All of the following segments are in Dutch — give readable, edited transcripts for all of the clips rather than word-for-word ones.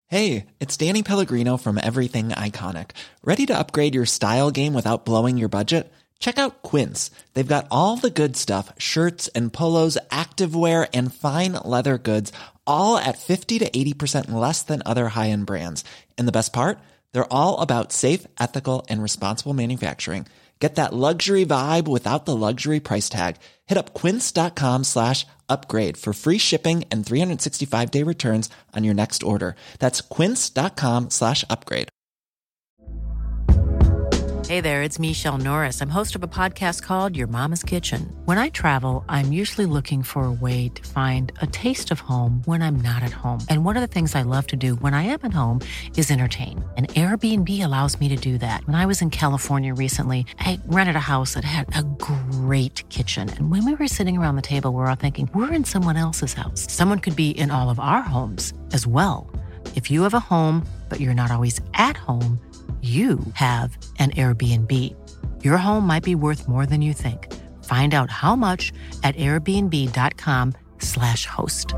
Hey, it's Danny Pellegrino from Everything Iconic. Ready to upgrade your style game without blowing your budget? Check out Quince. They've got all the good stuff, shirts and polos, activewear, and fine leather goods, all at 50 to 80% less than other high-end brands. And the best part? They're all about safe, ethical, and responsible manufacturing. Get that luxury vibe without the luxury price tag. Hit up quince.com/upgrade for free shipping and 365-day returns on your next order. That's quince.com/upgrade. Hey there, it's Michelle Norris. I'm host of a podcast called Your Mama's Kitchen. When I travel, I'm usually looking for a way to find a taste of home when I'm not at home. And one of the things I love to do when I am at home is entertain. And Airbnb allows me to do that. When I was in California recently, I rented a house that had a great kitchen. And when we were sitting around the table, we're all thinking, we're in someone else's house. Someone could be in all of our homes as well. If you have a home, but you're not always at home, you have an Airbnb. Your home might be worth more than you think. Find out how much at airbnb.com/host.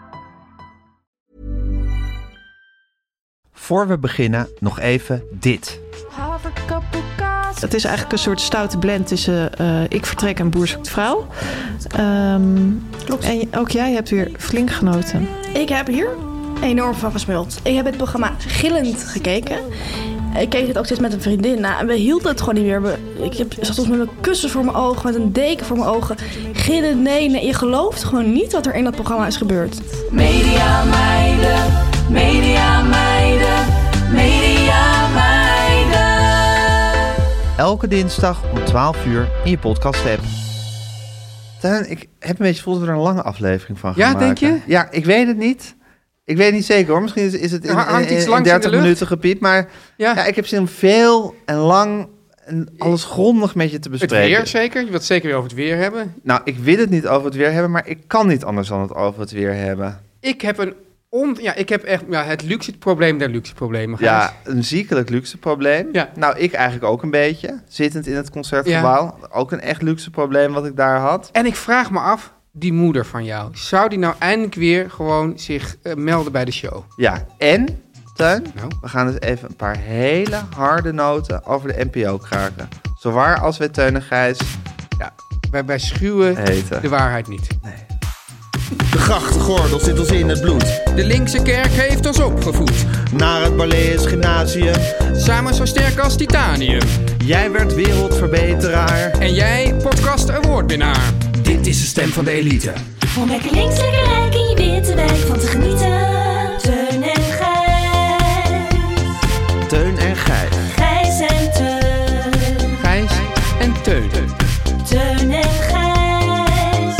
Voor we beginnen, nog even dit. Het is eigenlijk een soort stoute blend tussen Ik vertrek en Boer zoekt vrouw. Klopt. En ook jij hebt weer flink genoten. Ik heb hier enorm van gesmuld. Ik heb het programma gillend gekeken. Ik keek het ook steeds met een vriendin na en we hielden het gewoon niet meer. Ik zat soms met mijn kussen voor mijn ogen, met een deken voor mijn ogen. Gillen, nee, je gelooft gewoon niet wat er in dat programma is gebeurd. Media meiden, media meiden, media meiden. Elke dinsdag om 12 uur in je podcast-app. Teun, ik heb een beetje het gevoel dat we er een lange aflevering van gaan maken. Ja, denk je? Ja, ik weet het niet. Ik weet niet zeker hoor. Misschien is het in 30 minuten gepiept. Maar ja, ik heb zin om veel en lang en alles grondig met je te bespreken. Het weer zeker? Je wilt het zeker weer over het weer hebben? Nou, ik wil het niet over het weer hebben, maar ik kan niet anders dan het over het weer hebben. Ik heb echt het luxe probleem der luxe problemen. Ja, een ziekelijk luxe probleem. Ja. Nou, ik eigenlijk ook een beetje. Zittend in het Concertgebouw. Ja. Ook een echt luxe probleem wat ik daar had. En ik vraag me af, die moeder van jou, zou die nou eindelijk weer gewoon zich melden bij de show? Ja, en, Teun, we gaan dus even een paar hele harde noten over de NPO kraken. Zowaar als wij Teun en Gijs wij schuwen de waarheid niet. Nee. De grachtgordel zit ons in het bloed. De linkse kerk heeft ons opgevoed. Naar het Barlees Gymnasium. Samen zo sterk als titanium. Jij werd wereldverbeteraar. En jij podcast awardwinnaar. Dit is de stem van de elite. Om lekker links, lekker rijk in je witte wijk van te genieten. Teun en Gijs. Teun en Gijs. Gijs en Teun. Gijs en Teun. Teun en Gijs.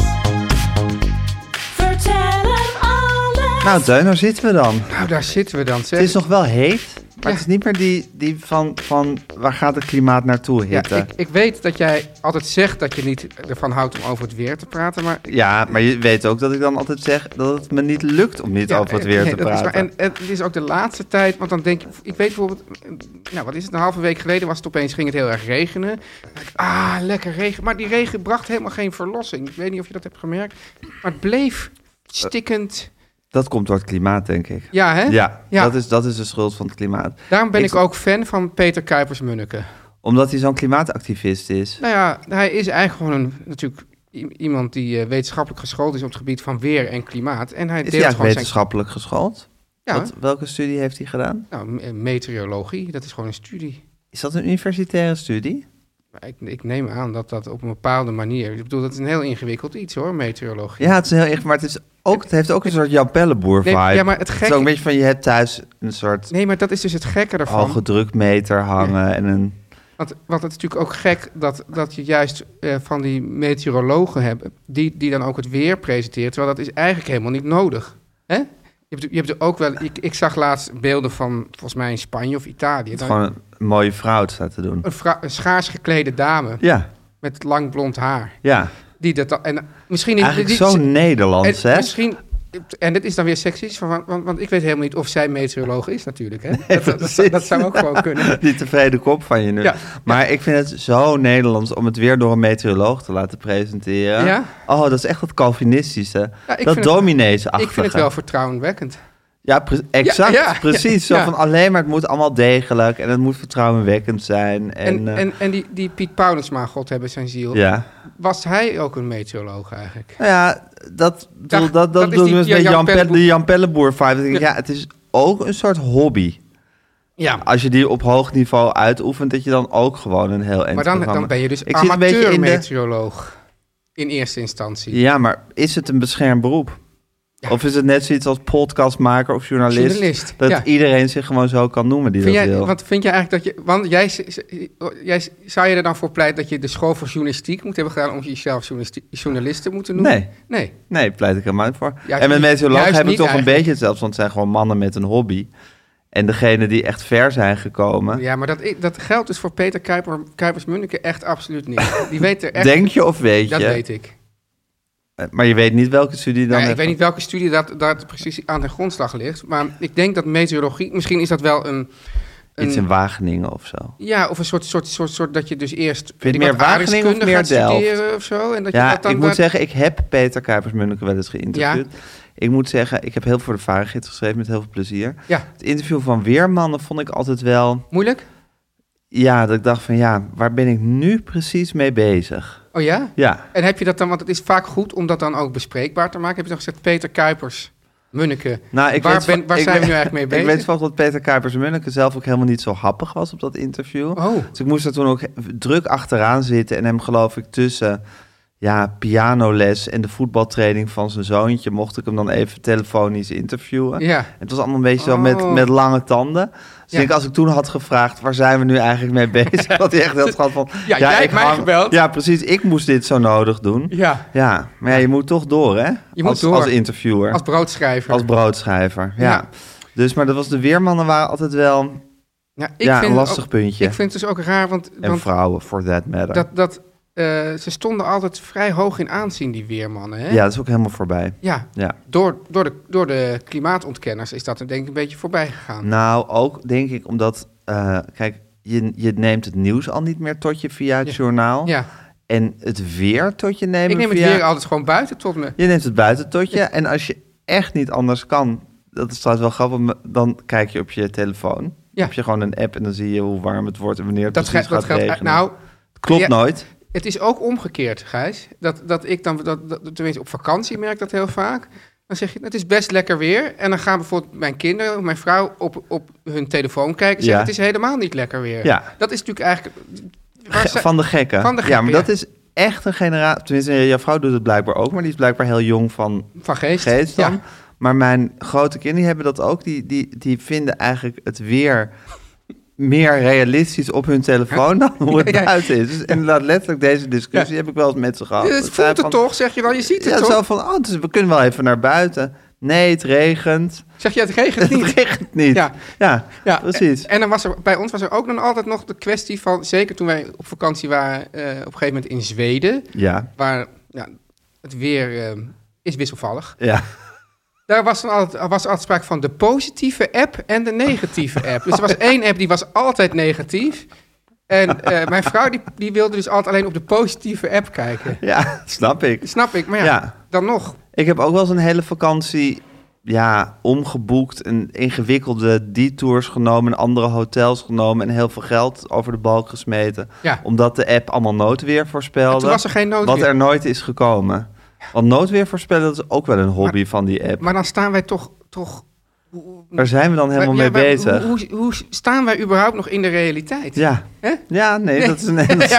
Vertel hem alles. Nou Teun, daar zitten we dan. Nou, daar zitten we dan. Zeg. Het is nog wel heet. Maar het is niet meer die van waar gaat het klimaat naartoe hitte. Ja, ik weet dat jij altijd zegt dat je niet ervan houdt om over het weer te praten. Maar ja, maar je weet ook dat ik dan altijd zeg dat het me niet lukt om niet over het weer te praten. En het is ook de laatste tijd, want dan denk ik weet bijvoorbeeld, wat is het, een halve week geleden was het opeens, ging het heel erg regenen. Lekker regen. Maar die regen bracht helemaal geen verlossing. Ik weet niet of je dat hebt gemerkt. Maar het bleef stikkend. Dat komt door het klimaat, denk ik. Ja, hè? Ja. Dat is de schuld van het klimaat. Daarom ben ik ook fan van Peter Kuipers-Munneke. Omdat hij zo'n klimaatactivist is? Nou ja, hij is eigenlijk gewoon natuurlijk iemand die wetenschappelijk geschoold is op het gebied van weer en klimaat. En hij is hij gewoon wetenschappelijk geschoold? Ja. Welke studie heeft hij gedaan? Nou, meteorologie, dat is gewoon een studie. Is dat een universitaire studie? Ik neem aan dat op een bepaalde manier... Ik bedoel, dat is een heel ingewikkeld iets, hoor, meteorologie. Ja, het is heel ingewikkeld, maar het heeft ook een soort Jan Pelleboer vibe. Nee, ja, maar het is ook een beetje van, je hebt thuis een soort... Nee, maar dat is dus het gekke ervan. Hoge drukmeter hangen en een... Want het is natuurlijk ook gek dat je juist van die meteorologen hebt... die dan ook het weer presenteren, terwijl dat is eigenlijk helemaal niet nodig. Hè? Je hebt er ook wel... Ik zag laatst beelden van, volgens mij in Spanje of Italië. Het is gewoon een mooie vrouw staat te doen. Een schaars geklede dame. Ja. Met lang blond haar. Ja. Die dat dan... En misschien eigenlijk zo Nederlands, hè? Misschien... En dit is dan weer seksistisch, want ik weet helemaal niet of zij meteoroloog is natuurlijk. Hè? Nee, dat zou ook gewoon kunnen. Die tevreden kop van je nu. Ja, maar ik vind het zo Nederlands om het weer door een meteoroloog te laten presenteren. Ja? Oh, dat is echt wat Calvinistische. Ja, dat dominees-achtige. Ik vind het wel vertrouwenwekkend. Ja, exact. Precies. Zo van alleen maar het moet allemaal degelijk en het moet vertrouwenwekkend zijn. En die Piet Paulusma, God hebben zijn ziel. Ja. Was hij ook een meteoroloog eigenlijk? Nou ja, dat bedoel ik met de Jan Pelleboer vibe. Ja, het is ook een soort hobby. Ja. Als je die op hoog niveau uitoefent, dat je dan ook gewoon een heel eind. Maar dan ben je dus amateur-meteoroloog in eerste instantie. Ja, maar is het een beschermd beroep? Ja. Of is het net zoiets als podcastmaker of journalist dat iedereen zich gewoon zo kan noemen die dat wil? Want vind je eigenlijk dat je... Want jij zou je er dan voor pleiten dat je de school voor journalistiek moet hebben gedaan om jezelf journalist te moeten noemen? Nee, pleit ik helemaal niet voor. En met meteorologen hebben we toch een beetje hetzelfde, want het zijn gewoon mannen met een hobby. En degene die echt ver zijn gekomen... Ja, maar dat geldt dus voor Peter Kuipers-Munneke echt absoluut niet. Die weet er echt... Denk je of weet je? Dat weet ik. Maar je weet niet welke studie dan... Ik weet niet welke studie dat precies aan de grondslag ligt. Maar ik denk dat meteorologie... Misschien is dat wel een iets in Wageningen of zo. Ja, of een soort dat je dus eerst... Vind je meer Wageningen of meer Delft? Of zo, en dat ja, je dat dan ik moet zeggen, ik heb Peter Kuipers-Munneke wel eens geïnterviewd. Ja. Ik moet zeggen, ik heb heel veel voor de Varengids geschreven met heel veel plezier. Ja. Het interview van Weermannen vond ik altijd wel... Moeilijk? Ja, dat ik dacht van waar ben ik nu precies mee bezig? Oh ja? Ja. En heb je dat dan, want het is vaak goed om dat dan ook bespreekbaar te maken. Heb je dan gezegd, Peter Kuipers-Munneke, waar zijn we nu eigenlijk mee bezig? Ik weet dat Peter Kuipers-Munneke zelf ook helemaal niet zo happig was op dat interview. Oh. Dus ik moest er toen ook druk achteraan zitten en hem geloof ik tussen... pianoles en de voetbaltraining van zijn zoontje... mocht ik hem dan even telefonisch interviewen. Ja. Het was allemaal een beetje zo met lange tanden. Dus ik denk, als ik toen had gevraagd... waar zijn we nu eigenlijk mee bezig? Dat hij echt heel schat van... jij hebt mij gebeld. Ja, precies. Ik moest dit zo nodig doen. Ja. Maar je moet toch door, hè? Je moet door. Als interviewer. Als broodschrijver. Ja. Dus, maar dat was de Weermannen waren altijd wel... Ja, een lastig puntje. Ik vind het dus ook raar, want vrouwen, for that matter. Ze stonden altijd vrij hoog in aanzien, die Weermannen. Hè? Ja, dat is ook helemaal voorbij. Ja. Door de klimaatontkenners is dat er denk ik een beetje voorbij gegaan. Nou, ook denk ik omdat... kijk, je neemt het nieuws al niet meer tot je via het journaal. Ja. En het weer tot je nemen via... Ik neem het weer altijd gewoon buiten tot me. Je neemt het buiten tot je. En als je echt niet anders kan... Dat is trouwens wel grappig, dan kijk je op je telefoon. Ja. Heb je gewoon een app en dan zie je hoe warm het wordt... en wanneer het precies gaat regenen. Nou, klopt nooit. Het is ook omgekeerd, Gijs. Dat ik dan, tenminste op vakantie merk dat heel vaak. Dan zeg je, het is best lekker weer. En dan gaan bijvoorbeeld mijn kinderen of mijn vrouw op hun telefoon kijken... en zeggen, het is helemaal niet lekker weer. Ja. Dat is natuurlijk eigenlijk... Van de gekken. Ja, maar dat is echt een generatie... Tenminste, jouw vrouw doet het blijkbaar ook... maar die is blijkbaar heel jong van geest dan. Ja. Maar mijn grote kinderen hebben dat ook. Die vinden eigenlijk het weer... meer realistisch op hun telefoon dan hoe het buiten is. Dus inderdaad, letterlijk deze discussie heb ik wel eens met ze gehad. Het voelt het toch, zeg je wel, je ziet het toch? Zo van, dus we kunnen wel even naar buiten. Nee, het regent. Zeg je, het regent niet? Het regent niet. Ja, precies. En dan bij ons was er ook dan altijd nog de kwestie van... zeker toen wij op vakantie waren op een gegeven moment in Zweden... waar het weer is wisselvallig... Ja. Daar was altijd sprake van de positieve app en de negatieve app. Dus er was één app die was altijd negatief. En mijn vrouw die wilde dus altijd alleen op de positieve app kijken. Ja, snap ik. Maar dan nog. Ik heb ook wel eens een hele vakantie omgeboekt... en ingewikkelde detours genomen... en andere hotels genomen... en heel veel geld over de balk gesmeten. Ja. Omdat de app allemaal noodweer voorspelde. En toen was er geen noodweer. Wat er nooit is gekomen. Want noodweer voorspellen, dat is ook wel een hobby van die app. Maar dan staan wij toch... Waar zijn we dan helemaal mee bezig? Hoe staan wij überhaupt nog in de realiteit? Ja, dat is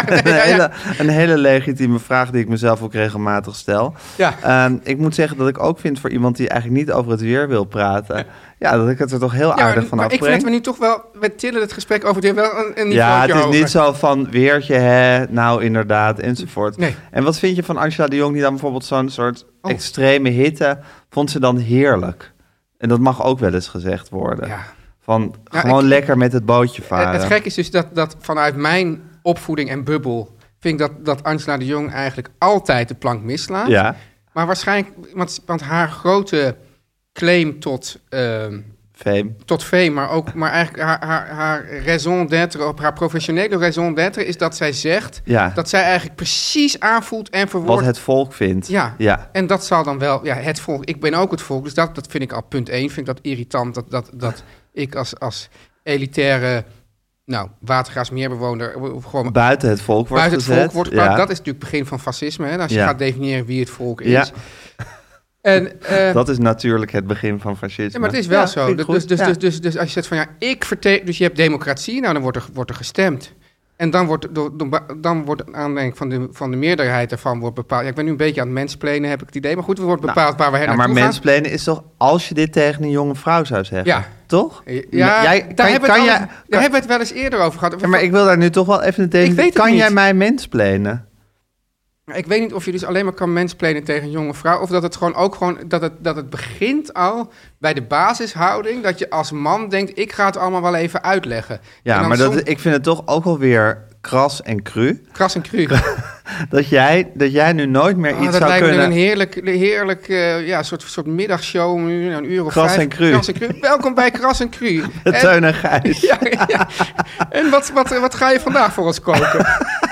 een hele legitieme vraag... die ik mezelf ook regelmatig stel. Ja. Ik moet zeggen dat ik ook vind voor iemand... die eigenlijk niet over het weer wil praten... dat ik het er toch heel aardig van afbreng. Maar ik vind dat we nu toch wel... We tillen het gesprek over het weer wel een niveau hoger. Ja, het is niet zo van weertje, nou inderdaad, enzovoort. Nee. En wat vind je van Angela de Jong... die dan bijvoorbeeld zo'n soort extreme hitte... vond ze dan heerlijk? En dat mag ook wel eens gezegd worden. Ja. Van gewoon lekker met het bootje varen. Het gek is dus dat vanuit mijn opvoeding en bubbel... vind ik dat Angela de Jong eigenlijk altijd de plank mislaat. Ja. Maar waarschijnlijk... Want haar grote claim tot fame. Tot fame, maar eigenlijk haar raison d'être, op haar professionele raison d'être is dat zij zegt dat zij eigenlijk precies aanvoelt en verwoordt wat het volk vindt. Ja. En dat zal dan wel, het volk. Ik ben ook het volk, dus dat vind ik al punt 1. Vind ik dat irritant dat ik als elitaire Watergraafsmeerbewoner gewoon buiten het volk wordt gezet. Dat is natuurlijk het begin van fascisme. Hè? Als je gaat definiëren wie het volk is. Ja. En, dat is natuurlijk het begin van fascisme. Ja, maar het is wel zo. Dus als je zegt van dus je hebt democratie, dan wordt er gestemd. En dan wordt een aanleiding van de meerderheid ervan wordt bepaald. Ja, ik ben nu een beetje aan het mensplenen, heb ik het idee. Maar goed, er wordt bepaald waar we heen naartoe gaan. Maar mensplenen is toch, als je dit tegen een jonge vrouw zou zeggen, ja. Toch? Ja, daar hebben we het wel eens eerder over gehad. Ja, maar ik wil daar nu toch wel even tegen. Kan jij mij mensplenen? Ik weet niet of je dus alleen maar kan mensplenen tegen een jonge vrouw, of dat het dat het begint al bij de basishouding, dat je als man denkt, ik ga het allemaal wel even uitleggen. Ja, maar ik vind het toch ook alweer kras en cru. Kras en cru. dat jij nu nooit meer iets zou kunnen... Dat lijkt me een heerlijk soort middagshow, een uur of Kras 5. En cru. Kras en cru. Welkom bij Kras en Cru. Teun en Gijs. Ja. En wat ga je vandaag voor ons koken?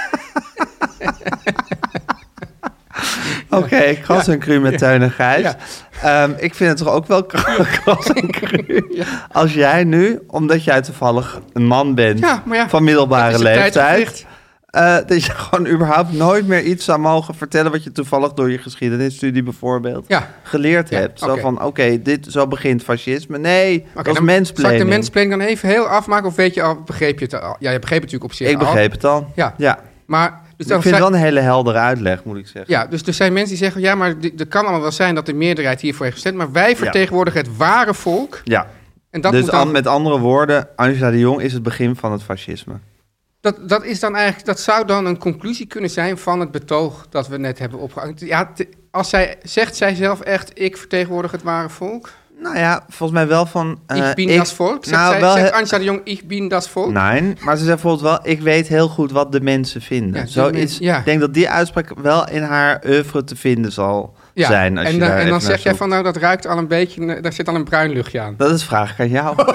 Oké, Kras en Cru met Teun en Gijs. Ja. Ik vind het toch ook wel kras en cru. Ja. Als jij nu, omdat jij toevallig een man bent van middelbare leeftijd, dat je gewoon überhaupt nooit meer iets zou mogen vertellen wat je toevallig door je geschiedenisstudie bijvoorbeeld geleerd hebt. Zo van, zo begint fascisme. Nee, dat is mensplaning. Zal ik de mensplaning dan even heel afmaken? Of weet je al, begreep je het al? Ja, je begreep het natuurlijk op zich al. Ik begreep het al. Ja. Maar... Dus ik vind het wel een hele heldere uitleg, moet ik zeggen. Ja, dus er zijn mensen die zeggen, ja, maar er kan allemaal wel zijn dat de meerderheid hiervoor heeft gestemd, maar wij vertegenwoordigen het ware volk. Ja, en dat dus met andere woorden, Angela de Jong is het begin van het fascisme. Dat is dan eigenlijk, dat zou dan een conclusie kunnen zijn van het betoog dat we net hebben opgehangen. Ja, als zij zelf echt, ik vertegenwoordig het ware volk? Nou ja, volgens mij wel van... ik bin das volk? Zegt Angela de Jong, ik bin das volk? Nee, maar ze zegt bijvoorbeeld wel, ik weet heel goed wat de mensen vinden. Ik denk dat die uitspraak wel in haar oeuvre te vinden zal zijn. Als en dan zeg jij van, dat ruikt al een beetje, daar zit al een bruin luchtje aan. Dat vraag ik aan jou.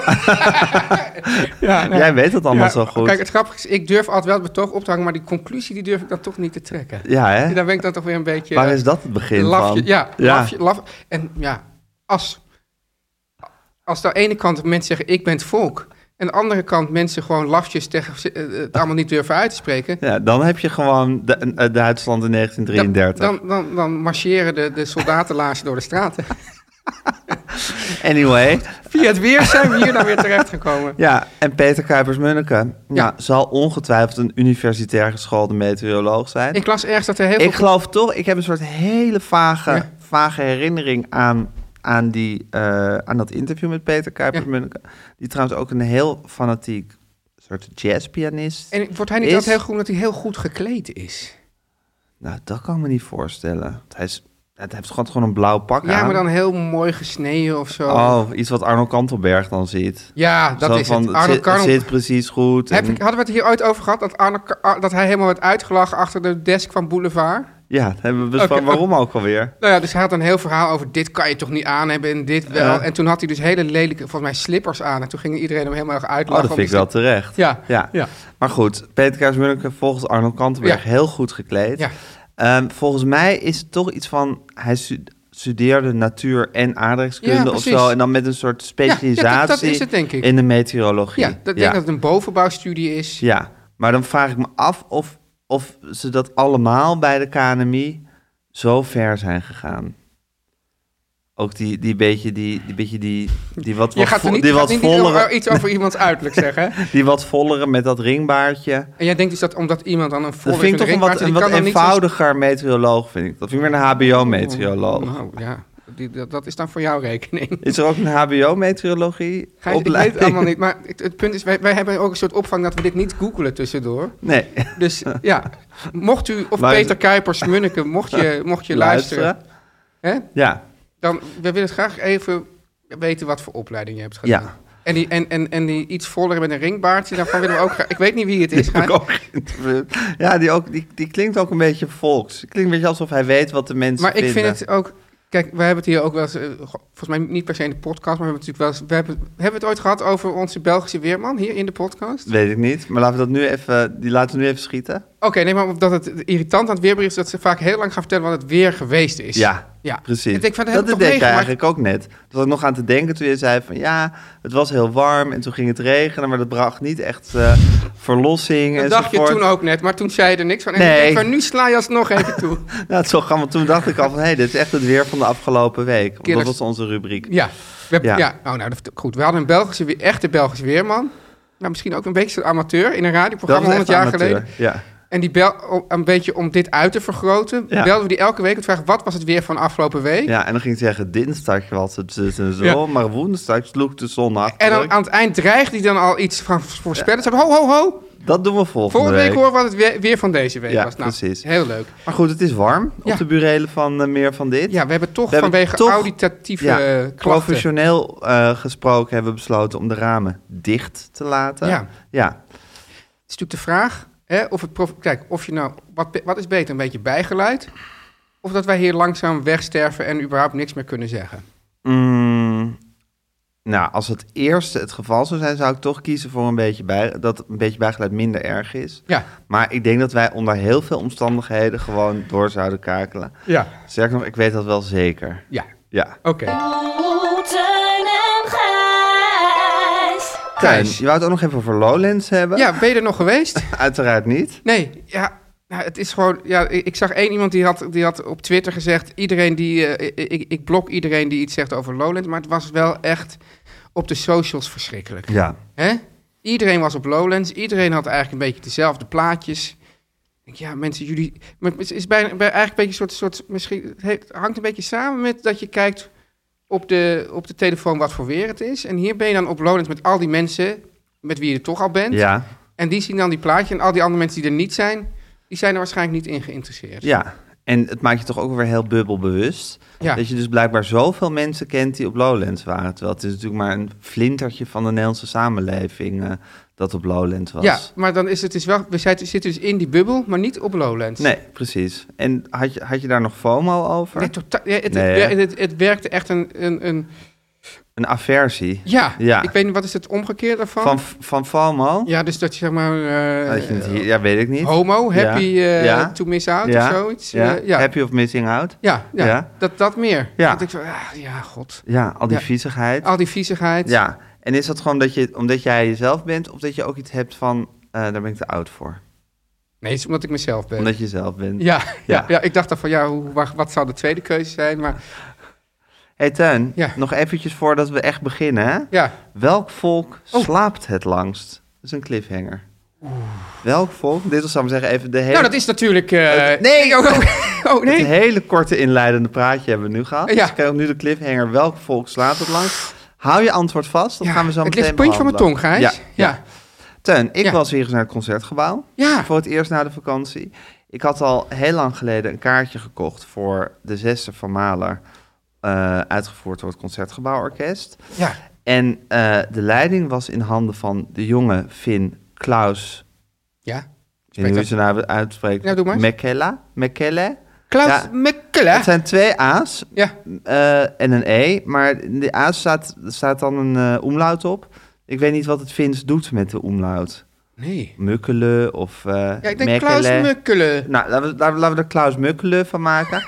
Jij weet het allemaal zo goed. Kijk, het grappige is, ik durf altijd wel het betoog op te hangen, maar die conclusie die durf ik dan toch niet te trekken. Ja, hè? Daar ben ik dan toch weer een beetje... Waar is dat het begin van? Ja, laf. En als aan de ene kant mensen zeggen, ik ben het volk, en aan de andere kant mensen gewoon lafjes tegen het allemaal niet durven uit te spreken. Ja, dan heb je gewoon Duitsland in 1933. Dan marcheren de soldatenlaarzen door de straten. Anyway. Via het weer zijn we hier dan weer terechtgekomen. Ja, en Peter Kuipers-Munneke zal ongetwijfeld een universitair geschoolde meteoroloog zijn. Ik las ergens dat er heel veel... Ik geloof toch, ik heb een soort hele vage herinnering aan dat interview met Peter Kuipers-Munneke. Die trouwens ook een heel fanatiek soort jazzpianist is. En wordt hij niet altijd heel goed omdat hij heel goed gekleed is? Nou, dat kan ik me niet voorstellen. Het heeft gewoon een blauw pak aan. Ja, maar dan heel mooi gesneden of zo. Oh, iets wat Arno Kantelberg dan ziet. Ja, dat is het. Het zit precies goed. Hadden we het hier ooit over gehad, dat hij helemaal werd uitgelachen achter de desk van Boulevard? Ja, dat hebben we besproken. Waarom ook alweer? Nou ja, dus hij had een heel verhaal over dit kan je toch niet aan hebben en dit wel. En toen had hij dus hele lelijke, volgens mij, slippers aan. En toen ging iedereen hem helemaal erg uitlachen. Oh, dat vind ik wel terecht. Ja. Maar goed, Peter Kuipers-Munneke volgens Arno Kantelberg heel goed gekleed. Ja. Volgens mij is het toch iets van... Hij studeerde natuur- en aardrijkskunde of zo. En dan met een soort specialisatie dat is het, denk ik. In de meteorologie. Ja, ik denk dat het een bovenbouwstudie is. Ja, maar dan vraag ik me af of ze dat allemaal bij de KNMI zo ver zijn gegaan. Ook die wat je gaat niet vollere... iets over iemands uiterlijk zeggen, hè? Die wat vollere met dat ringbaardje. En jij denkt dus dat omdat iemand dan een vollere ringbaardje... Dat vind ik toch een wat eenvoudiger meteoroloog, vind ik. Dat vind ik weer een HBO-meteoroloog. Nou, ja. Dat is dan voor jouw rekening. Is er ook een HBO-meteorologie opleiding? Ik weet het allemaal niet, maar het punt is... Wij hebben ook een soort opvang dat we dit niet googelen tussendoor. Nee. Dus ja, mocht u of Peter Kuipers-Munneke, mocht je luisteren... Hè? Ja. Dan we willen graag even weten wat voor opleiding je hebt gedaan. Ja. En die iets voller met een ringbaardje, daarvan willen we ook graag... Ik weet niet wie het is. Ja, die klinkt ook een beetje volks. Het klinkt een beetje alsof hij weet wat de mensen vinden. Maar ik vind het ook... Kijk, wij hebben het hier ook wel eens, volgens mij niet per se in de podcast, maar we hebben het natuurlijk wel eens, we hebben het ooit gehad over onze Belgische weerman hier in de podcast? Weet ik niet, maar laten we nu even schieten. Oké, nee, maar omdat het irritant aan het weerbericht is dat ze vaak heel lang gaan vertellen wat het weer geweest is. Ja, precies. Ik denk, dat deed ik eigenlijk ook net. Toen was ik nog aan te denken toen je zei van ja, het was heel warm en toen ging het regenen, maar dat bracht niet echt verlossing. Dat dacht je toen ook net, maar toen zei je er niks van. En ik denk van, nu sla je alsnog even toe. Nou, het zo grappig. Toen dacht ik al van, dit is echt het weer van de afgelopen week. Want dat was onze rubriek. Ja. Goed. We hadden een echte Belgische weerman. Nou, misschien ook een beetje een amateur in een radioprogramma 100 jaar geleden. Ja. En die een beetje om dit uit te vergroten, belden we die elke week en vragen, wat was het weer van afgelopen week? Ja, en dan ging hij zeggen, dinsdag was het zo, maar woensdag sloeg de zon achter. En dan aan het eind dreigde hij dan al iets van voorspellen. Ze hebben, ho. Dat doen we volgende week. Horen wat het weer van deze week was. Nou, precies. Heel leuk. Maar goed, het is warm op de burelen van meer van dit. Ja, we hebben toch vanwege auditatieve klachten. Professioneel gesproken hebben we besloten om de ramen dicht te laten. Ja. Het is natuurlijk de vraag, of je nou, wat is beter, een beetje bijgeluid? Of dat wij hier langzaam wegsterven en überhaupt niks meer kunnen zeggen? Nou, als het eerste het geval zou zijn, zou ik toch kiezen voor dat een beetje bijgeluid minder erg is. Ja. Maar ik denk dat wij onder heel veel omstandigheden gewoon door zouden kakelen. Ja. Sterker nog, ik weet dat wel zeker. Ja. Oké. Teun en Gijs. Teun, je wou het ook nog even over Lowlands hebben. Ja, ben je er nog geweest? Uiteraard niet. Nee, ja. Nou, het is gewoon... Ja, ik zag één iemand die had op Twitter gezegd, ik blok iedereen die iets zegt over Lowlands, maar het was wel echt op de socials verschrikkelijk. Ja. Hè? Iedereen was op Lowlands, iedereen had eigenlijk een beetje dezelfde plaatjes. Ik denk, ja, mensen, jullie... Maar het is eigenlijk een beetje een soort misschien, het hangt een beetje samen met dat je kijkt op de telefoon wat voor weer het is. En hier ben je dan op Lowlands met al die mensen met wie je er toch al bent. Ja. En die zien dan die plaatje en al die andere mensen die er niet zijn, die zijn er waarschijnlijk niet in geïnteresseerd. Ja, en het maakt je toch ook weer heel bubbelbewust. Ja. Dat je dus blijkbaar zoveel mensen kent die op Lowlands waren. Terwijl het is natuurlijk maar een flintertje van de Nederlandse samenleving dat op Lowlands was. Ja, maar dan is het dus wel... We zitten dus in die bubbel, maar niet op Lowlands. Nee, precies. En had je daar nog FOMO over? Nee, totaal. Ja, het werkte echt een aversie. Ja, ik weet niet, wat is het omgekeerde daarvan? Van FOMO? Ja, dus dat je zeg maar... ja, weet ik niet. Homo, happy to miss out of zoiets. Happy of missing out. Ja. Dat meer. Ja. Dat ik zo, god. Ja, al die viezigheid. Al die viezigheid. Ja, en is dat gewoon omdat jij jezelf bent, of dat je ook iets hebt van, daar ben ik te oud voor? Nee, het is omdat ik mezelf ben. Omdat je zelf bent. Ja, ik dacht dan van, wat zou de tweede keuze zijn, maar... Hey Teun, nog eventjes voordat we echt beginnen. Hè? Ja. Welk volk slaapt het langst? Dat is een cliffhanger. Welk volk? Dit zal ik zeggen even de hele... Nou, dat is natuurlijk... nee! Het hele korte inleidende praatje hebben we nu gehad. Ja. Dus ik krijg nu de cliffhanger. Welk volk slaapt het langst? Hou je antwoord vast, dan gaan we zo meteen Het ligt puntje van mijn tong, Gijs. Ja. Teun, ik was weer eens naar het Concertgebouw. Ja. Voor het eerst na de vakantie. Ik had al heel lang geleden een kaartje gekocht voor de 6e van Mahler... uitgevoerd door het Concertgebouworkest. Ja. En de leiding was in handen van de jonge Finn Klaus. Ja. Ik weet niet hoe je zijn naam uitspreekt. Ja, doe maar. Mekelle. Klaus Mekelle. Het zijn 2 A's en een E. Maar in de A's staat dan een omlaut op. Ik weet niet wat het Fins doet met de omlaut. Nee. Mukkele of ik denk Klaus Mukkele. Nou, laten we er Klaus Mukkele van maken.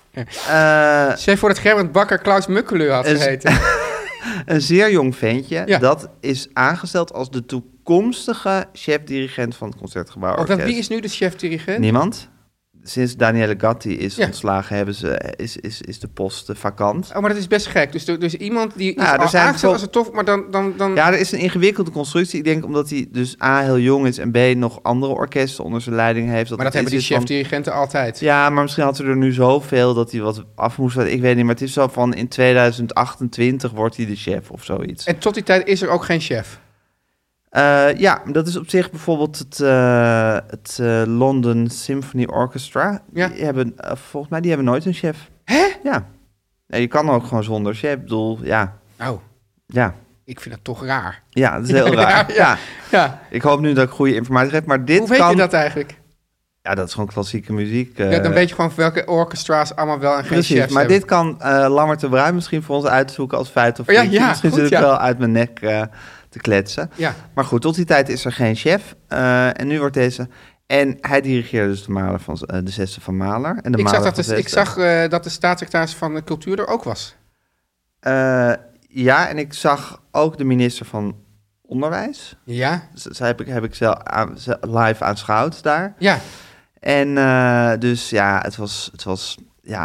Zeg voor dat Gerbrand Bakker Klaus Mukkele had geheten. Een zeer jong ventje. Dat is aangesteld als de toekomstige chef-dirigent van het Concertgebouworkest. Wie is nu de chef-dirigent? Niemand. Sinds Daniele Gatti is ontslagen, is de post vakant. Oh, maar dat is best gek. Dus iemand die is aangesteld als het tof, maar dan... Ja, er is een ingewikkelde constructie. Ik denk omdat hij dus A, heel jong is en B, nog andere orkesten onder zijn leiding heeft. Maar dat hebben die chef-dirigenten altijd. Ja, maar misschien had er nu zoveel dat hij wat af moest. Ik weet niet, maar het is zo van in 2028 wordt hij de chef of zoiets. En tot die tijd is er ook geen chef? Dat is op zich bijvoorbeeld het London Symphony Orchestra. Ja. Die hebben, volgens mij, die hebben nooit een chef. Hè? Ja. Je kan ook gewoon zonder chef. Ik bedoel, ja. Oh. Ja. Ik vind het toch raar. Ja, dat is heel raar. Ja. Ik hoop nu dat ik goede informatie geef, maar dit Hoe weet je dat eigenlijk? Ja, dat is gewoon klassieke muziek. Ja, dan weet je gewoon welke orchestra's allemaal wel en geen Precies, chefs maar hebben. dit kan Lammert de Bruin misschien voor ons uitzoeken als feit of fictie. Misschien goed, zit ik wel uit mijn nek te kletsen. Ja. Maar goed, tot die tijd is er geen chef. En nu wordt deze... En hij dirigeerde dus de zesde van Mahler. En Ik zag dat de staatssecretaris van de Cultuur er ook was. Ja, en ik zag ook de minister van Onderwijs. Ja. Zij heb ik zelf live aanschouwd daar. Ja. En dus ja, het was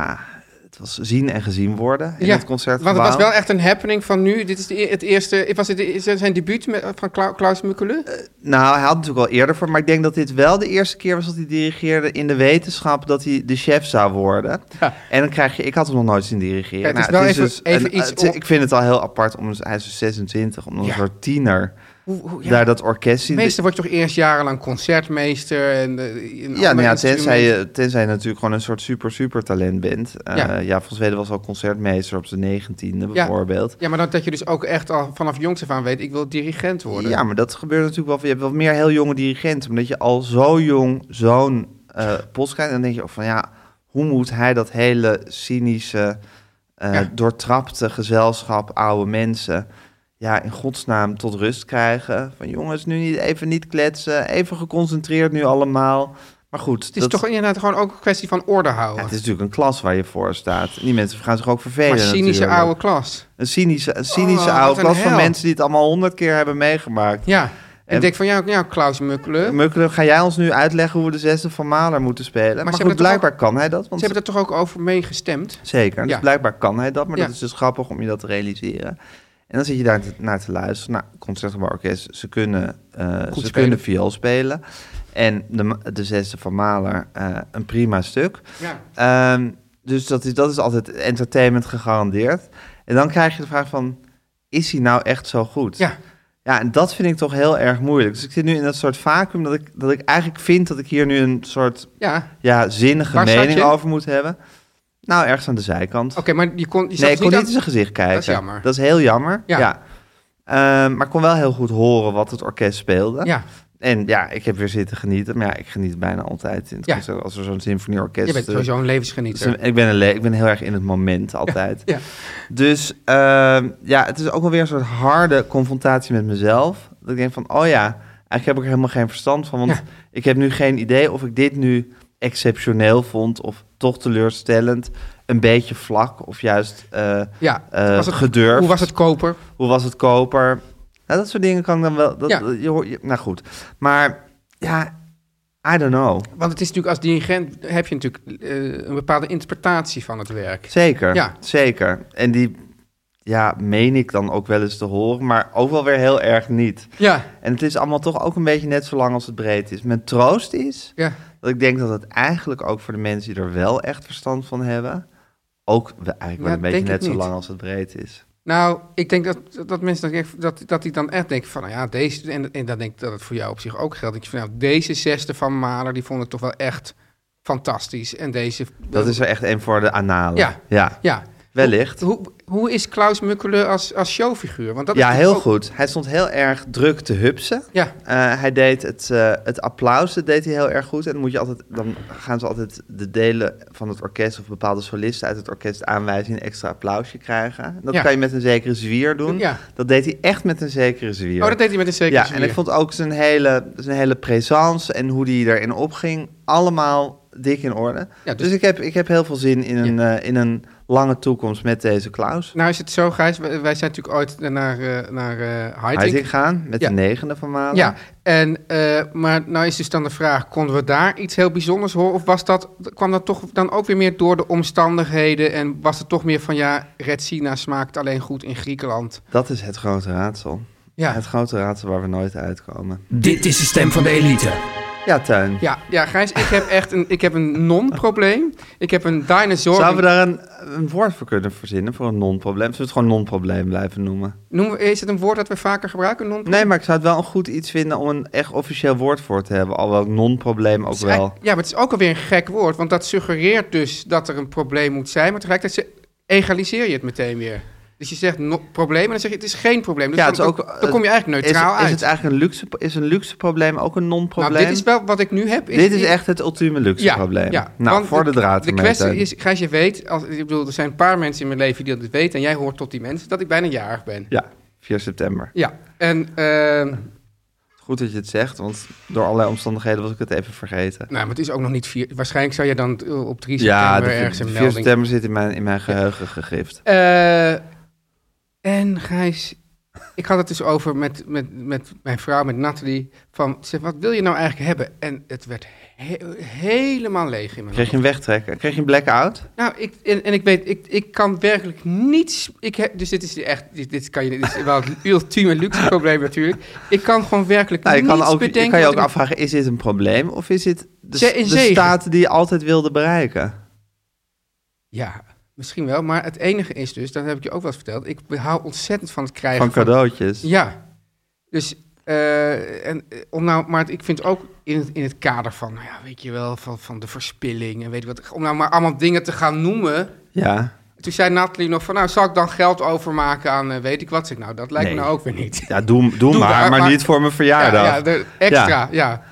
zien en gezien worden in het concertgebouw. Want het was wel echt een happening van nu. Dit is het eerste... Was het zijn debuut van Klaus Mukule? Nou, hij had natuurlijk al eerder voor, maar ik denk dat dit wel de eerste keer was dat hij dirigeerde in de wetenschap dat hij de chef zou worden. Ja. En dan krijg je... Ik had hem nog nooit zien dirigeren. Ja, het is wel even iets... Ik vind het al heel apart, hij is 26, om een soort tiener... daar dat orkest zien. Meestal word je toch eerst jarenlang concertmeester. Tenzij je natuurlijk gewoon een soort super talent bent. Van Zweden was al concertmeester op zijn 19e bijvoorbeeld. Ja, maar dat je dus ook echt al vanaf jongs af aan weet, ik wil dirigent worden. Ja, maar dat gebeurt natuurlijk wel. Je hebt wel meer heel jonge dirigenten, omdat je al zo jong zo'n post krijgt. En dan denk je ook van hoe moet hij dat hele cynische, doortrapte gezelschap, oude mensen... in godsnaam tot rust krijgen. Van jongens, nu even niet kletsen. Even geconcentreerd nu allemaal. Maar goed. Het is toch inderdaad gewoon ook een kwestie van orde houden. Ja, het is natuurlijk een klas waar je voor staat. En die mensen gaan zich ook vervelen. Maar cynische oude klas. Een cynische oude klas van mensen die het allemaal 100 keer hebben meegemaakt. Ja. En ik denk van, Klaus Mukule. Mukule, ga jij ons nu uitleggen hoe we de zesde van Mahler moeten spelen? Maar goed, blijkbaar kan hij dat. Want ze hebben er toch ook over meegestemd? Zeker, dus blijkbaar kan hij dat. Maar dat is dus grappig om je dat te realiseren. En dan zit je daar naar te luisteren. Nou, Concertgebouworkest, ze kunnen viool spelen. En de zesde van Mahler, een prima stuk. Ja. Dus dat is altijd entertainment gegarandeerd. En dan krijg je de vraag van, is hij nou echt zo goed? Ja. Ja, en dat vind ik toch heel erg moeilijk. Dus ik zit nu in dat soort vacuüm dat ik eigenlijk vind dat ik hier nu een soort zinnige mening over moet hebben. Nou, ergens aan de zijkant. Oké, maar ik kon niet in zijn gezicht kijken. Dat is jammer. Dat is heel jammer, ja. Maar ik kon wel heel goed horen wat het orkest speelde. Ja. En ik heb weer zitten genieten. Maar ik geniet bijna altijd in het concert als er zo'n symfonieorkest... Je bent sowieso een levensgenieter. Dus ik ben heel erg in het moment altijd. Ja. Dus het is ook wel weer een soort harde confrontatie met mezelf. Dat ik denk van, eigenlijk heb ik er helemaal geen verstand van. Want ik heb nu geen idee of ik dit nu exceptioneel vond of toch teleurstellend, een beetje vlak of juist gedurfd. Hoe was het koper? Nou, dat soort dingen kan dan wel... nou goed, maar I don't know. Want het is natuurlijk als dirigent heb je natuurlijk een bepaalde interpretatie van het werk. Zeker, zeker. En die meen ik dan ook wel eens te horen, maar ook wel weer heel erg niet. Ja. En het is allemaal toch ook een beetje net zo lang als het breed is. Mijn troost is dat ik denk dat het eigenlijk ook voor de mensen die er wel echt verstand van hebben, ook eigenlijk wel een beetje net zo lang als het breed is. Nou, ik denk dat mensen dat die dan echt denken van, deze... En dan denk ik dat het voor jou op zich ook geldt. Dat je van, deze zesde van Mahler, die vond ik toch wel echt fantastisch. En deze... Dat is er echt een voor de annalen. Ja. Wellicht. Hoe is Klaus Mukule als showfiguur? Want dat is heel goed. Hij stond heel erg druk te hupsen. Ja. Hij deed het applaus, dat deed hij heel erg goed. En dan gaan ze altijd de delen van het orkest of bepaalde solisten uit het orkest aanwijzen een extra applausje krijgen. Dat kan je met een zekere zwier doen. Ja. Dat deed hij echt met een zekere zwier. Oh, dat deed hij met een zekere zwier. En ik vond ook zijn hele présence en hoe hij erin opging, allemaal dik in orde. Ja, dus ik heb heel veel zin in een lange toekomst met deze Klaus. Nou is het zo, Gijs, wij zijn natuurlijk ooit naar Haitink gegaan, met de 9e van Mahler. Ja, maar nou is dus dan de vraag, konden we daar iets heel bijzonders horen? Of kwam dat toch dan ook weer meer door de omstandigheden en was het toch meer van, Retsina smaakt alleen goed in Griekenland? Dat is het grote raadsel. Ja. Het grote raadsel waar we nooit uitkomen. Dit is de stem van de elite. Ja, Teun. Ja, Gijs, ik heb een non-probleem. Ik heb een dinosaur... Zouden we daar een woord voor kunnen verzinnen, voor een non-probleem? Zullen we het gewoon non-probleem blijven noemen? Is het een woord dat we vaker gebruiken, non-probleem? Nee, maar ik zou het wel een goed iets vinden om een echt officieel woord voor te hebben. Alhoewel non-probleem ook wel... Ja, maar het is ook alweer een gek woord, want dat suggereert dus dat er een probleem moet zijn, maar tegelijkertijd egaliseer je het meteen weer. Dus je zegt probleem en dan zeg je het is geen probleem. Dus dan kom je eigenlijk neutraal uit. Is het eigenlijk een luxe probleem ook een non-probleem? Nou, dit is wel wat ik nu heb. Dit is echt het ultieme luxe probleem. Ja, nou, voor de draad. De kwestie is, Gijs, je weet, er zijn een paar mensen in mijn leven die dat weten en jij hoort tot die mensen, dat ik bijna jarig ben. Ja, 4 september. Ja, en... Goed dat je het zegt, want door allerlei omstandigheden was ik het even vergeten. Nou, maar het is ook nog niet 4... Waarschijnlijk zou je dan op 3 september ergens een melding... 4 september zit in mijn geheugen gegrift. En Gijs, ik had het dus over met mijn vrouw, met Nathalie, van, zeg, wat wil je nou eigenlijk hebben? En het werd helemaal leeg in mijn Kreeg je een wegtrekken? Kreeg je een blackout? Nou, ik kan werkelijk niets... Dus dit is echt... Dit is wel het ultieme luxe probleem natuurlijk. Ik kan gewoon werkelijk niets bedenken. Je kan je ook afvragen, is dit een probleem? Of is dit de staat die je altijd wilde bereiken? Ja, misschien wel. Maar het enige is dus, dat heb ik je ook wel eens verteld, ik hou ontzettend van het krijgen van cadeautjes. Ja. Dus... maar ik vind ook in het kader van, nou ja, weet je wel, van de verspilling en weet je wat, om nou maar allemaal dingen te gaan noemen. Ja. Toen zei Nathalie nog van, nou, zal ik dan geld overmaken aan weet ik wat? Zeg, nou, dat lijkt me nou ook weer niet. Ja, doe maar niet voor mijn verjaardag. Ja, de extra, ja.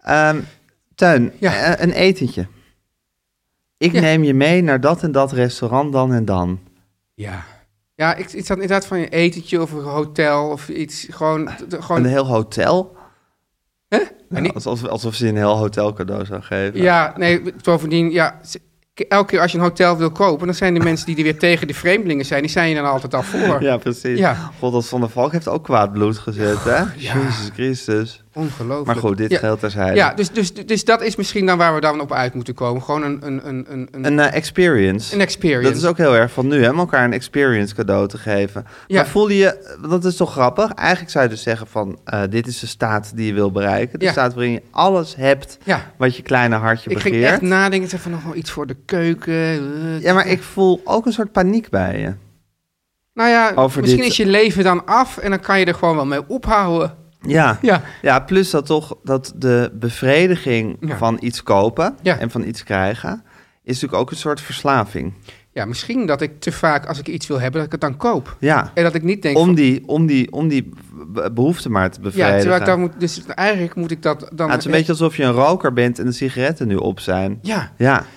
Teun, een etentje. Ik neem je mee naar dat en dat restaurant dan en dan. Ja. Ja, ik zat inderdaad van een etentje of een hotel of iets. Gewoon... Een heel hotel? Huh? Nou, alsof ze een heel hotel cadeau zou geven. Ja, nee, bovendien, ja... Elke keer als je een hotel wil kopen, dan zijn de mensen die er weer tegen de vreemdelingen zijn, die zijn je dan altijd al voor. Ja, precies. Ja. God, als Van der Valk heeft ook kwaad bloed gezet, hè? Ja. Jezus Christus. Ongelooflijk. Maar goed, dit geldt terzijde. Ja, dus dat is misschien dan waar we dan op uit moeten komen. Gewoon een experience. Een experience. Dat is ook heel erg van nu, hè? Om elkaar een experience cadeau te geven. Ja. Maar voelde je, dat is toch grappig? Eigenlijk zou je dus zeggen van, dit is de staat die je wil bereiken. De staat waarin je alles hebt wat je kleine hartje begeert. Ik ging echt nadenken, zeg van nog wel iets voor de keuken. Ja, maar ik voel ook een soort paniek bij je. Nou ja, misschien is je leven dan af en dan kan je er gewoon wel mee ophouden. Ja, plus dat de bevrediging van iets kopen en van iets krijgen is natuurlijk ook een soort verslaving. Ja, misschien dat ik te vaak, als ik iets wil hebben, dat ik het dan koop. Ja. En dat ik niet denk... Om die behoefte maar te bevredigen. Ja, terwijl ik dan dus eigenlijk moet ik dat dan... het is een beetje alsof je een roker bent en de sigaretten nu op zijn. Ja. Ja.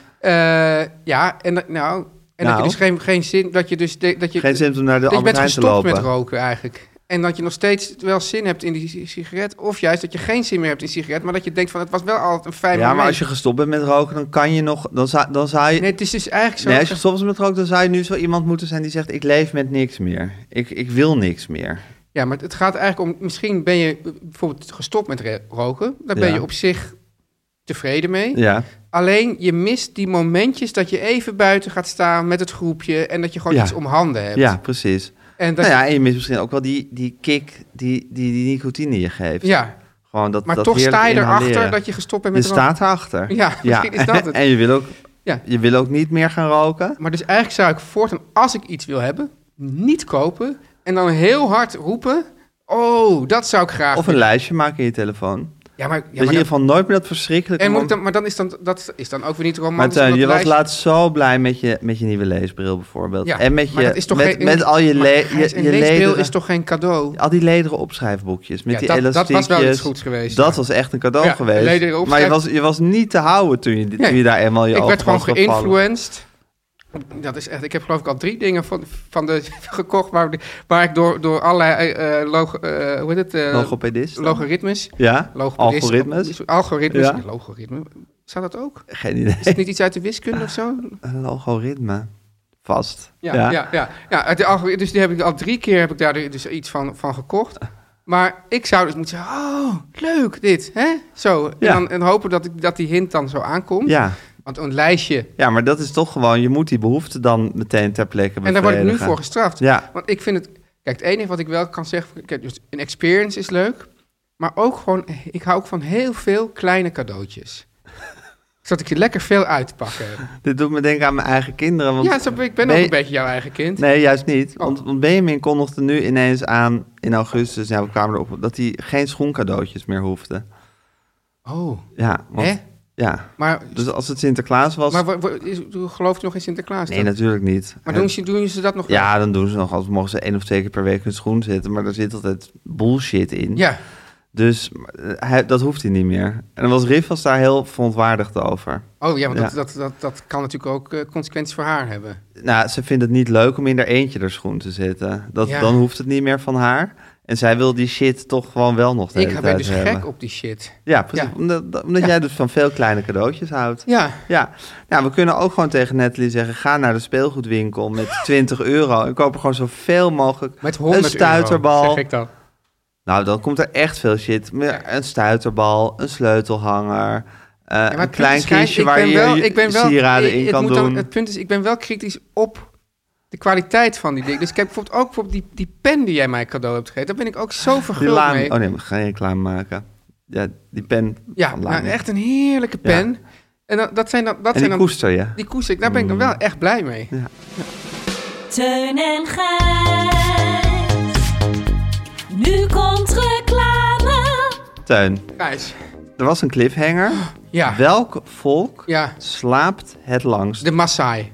Dat je dus geen zin... Dat je dus... Geen zin om naar de Albert Heijn te lopen. Je bent gestopt met roken eigenlijk. En dat je nog steeds wel zin hebt in die sigaret. Of juist dat je geen zin meer hebt in sigaret. Maar dat je denkt van, het was wel altijd een fijn moment. Ja, maar als je gestopt bent met roken, dan kan je nog... Dan zou je... Nee, het is dus eigenlijk zo... Nee, als je gestopt bent met roken, dan zou je nu zo iemand moeten zijn die zegt, ik leef met niks meer. Ik wil niks meer. Ja, maar het gaat eigenlijk om... Misschien ben je bijvoorbeeld gestopt met roken. Daar ben je op zich tevreden mee. Ja. Alleen, je mist die momentjes dat je even buiten gaat staan met het groepje en dat je gewoon iets om handen hebt. Ja, precies. En je mist misschien ook wel die kick die nicotine je geeft. Ja. Gewoon dat, maar dat toch sta je erachter inhaleren. dat je gestopt bent met roken. Je staat erachter. Ja, misschien is dat het. En je wil ook niet meer gaan roken. Maar dus eigenlijk zou ik voortaan, als ik iets wil hebben, niet kopen en dan heel hard roepen, oh, dat zou ik graag Of een lijstje maken in je telefoon. Ja, maar in ieder geval nooit meer dat verschrikkelijke... Maar dat is dan ook weer niet romantisch. Maar je was laatst zo blij met je nieuwe leesbril bijvoorbeeld. Ja, en met al je leesbril is toch geen cadeau? Al die lederen opschrijfboekjes met die elastiekjes. Dat was wel iets goeds geweest. Dat was echt een cadeau geweest. Maar je was niet te houden toen je daar eenmaal je ogen was gevallen. Ik werd gewoon geïnfluenced. Dat is echt, ik heb geloof ik al 3 dingen van de gekocht waar ik door allerlei logopedisten? Logaritmes. Ja, algoritmes. Ja. Logaritme. Staat dat ook? Geen idee. Is het niet iets uit de wiskunde of zo? Een algoritme. Vast. Ja, dus die heb ik al 3 keer heb ik daar dus iets van gekocht. Maar ik zou dus moeten zeggen, oh, leuk dit, hè? Zo, en hopen dat die hint dan zo aankomt. Ja. Want een lijstje... Ja, maar dat is toch gewoon... Je moet die behoefte dan meteen ter plekke bevredigen. En daar word ik nu voor gestraft. Ja. Want ik vind het... Kijk, het enige wat ik wel kan zeggen... Kijk, dus een experience is leuk. Maar ook gewoon... Ik hou ook van heel veel kleine cadeautjes. Zodat ik je lekker veel uitpakken. Dit doet me denken aan mijn eigen kinderen. Want ik ben ook een beetje jouw eigen kind. Nee, juist niet. Want Benjamin kondigde nu ineens aan in augustus... we kwamen erop dat hij geen schoencadeautjes meer hoefde. Oh. Ja, want... Ja, maar, dus als het Sinterklaas was... Maar geloof je nog in Sinterklaas? Nee, natuurlijk niet. Maar doen ze dat nog wel? Ja, dan doen ze nog. Als mogen ze 1 of 2 keer per week hun schoen zetten. Maar er zit altijd bullshit in. Ja. Dus dat hoeft hij niet meer. En dan was Riff daar heel verontwaardigd over. Oh ja, want dat kan natuurlijk ook consequenties voor haar hebben. Nou, ze vindt het niet leuk om in haar eentje haar schoen te zetten. Dan hoeft het niet meer van haar. En zij wil die shit toch gewoon wel nog de hele tijd hebben. Ik ben dus gek op die shit. Ja, precies. Ja. Omdat jij dus van veel kleine cadeautjes houdt. Ja. Nou, we kunnen ook gewoon tegen Natalie zeggen... ga naar de speelgoedwinkel met €20 en koop er gewoon zoveel mogelijk. Met €100, een stuiterbal. zeg ik dan. Nou, dan komt er echt veel shit. Een stuiterbal, een sleutelhanger... een klein kistje waar je sieraden in kan doen. Het punt is, ik ben wel kritisch op... de kwaliteit van die dingen. Dus kijk, bijvoorbeeld ook die pen die jij mij cadeau hebt gegeven. Daar ben ik ook zo verguld mee. Oh nee, we gaan geen reclame maken. Ja, die pen. Ja, nou, echt een heerlijke pen. Ja. En dat zijn dan... die koester je. Die koester ik. Daar ben ik dan wel echt blij mee. Ja. Teun en Gijs. Nu komt reclame. Teun. Gijs. Er was een cliffhanger. Ja. Welk volk slaapt het langst? De Maasai.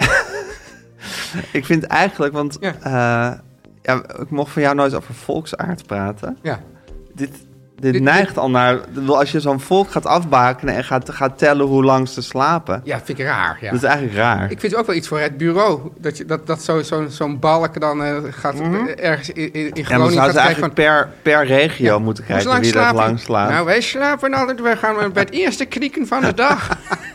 Ik vind eigenlijk, want ik mocht van jou nooit over volksaard praten. Ja. Dit neigt al naar... Als je zo'n volk gaat afbakenen en gaat tellen hoe lang ze slapen. Ja, vind ik raar. Ja. Dat is eigenlijk raar. Ik vind het ook wel iets voor het bureau. Dat zo'n balk dan gaat ergens in Groningen... Ja, maar zouden ze eigenlijk per regio moeten kijken wie dat lang slaapt. Nou, wij slapen altijd... Wij gaan bij het eerste krieken van de dag...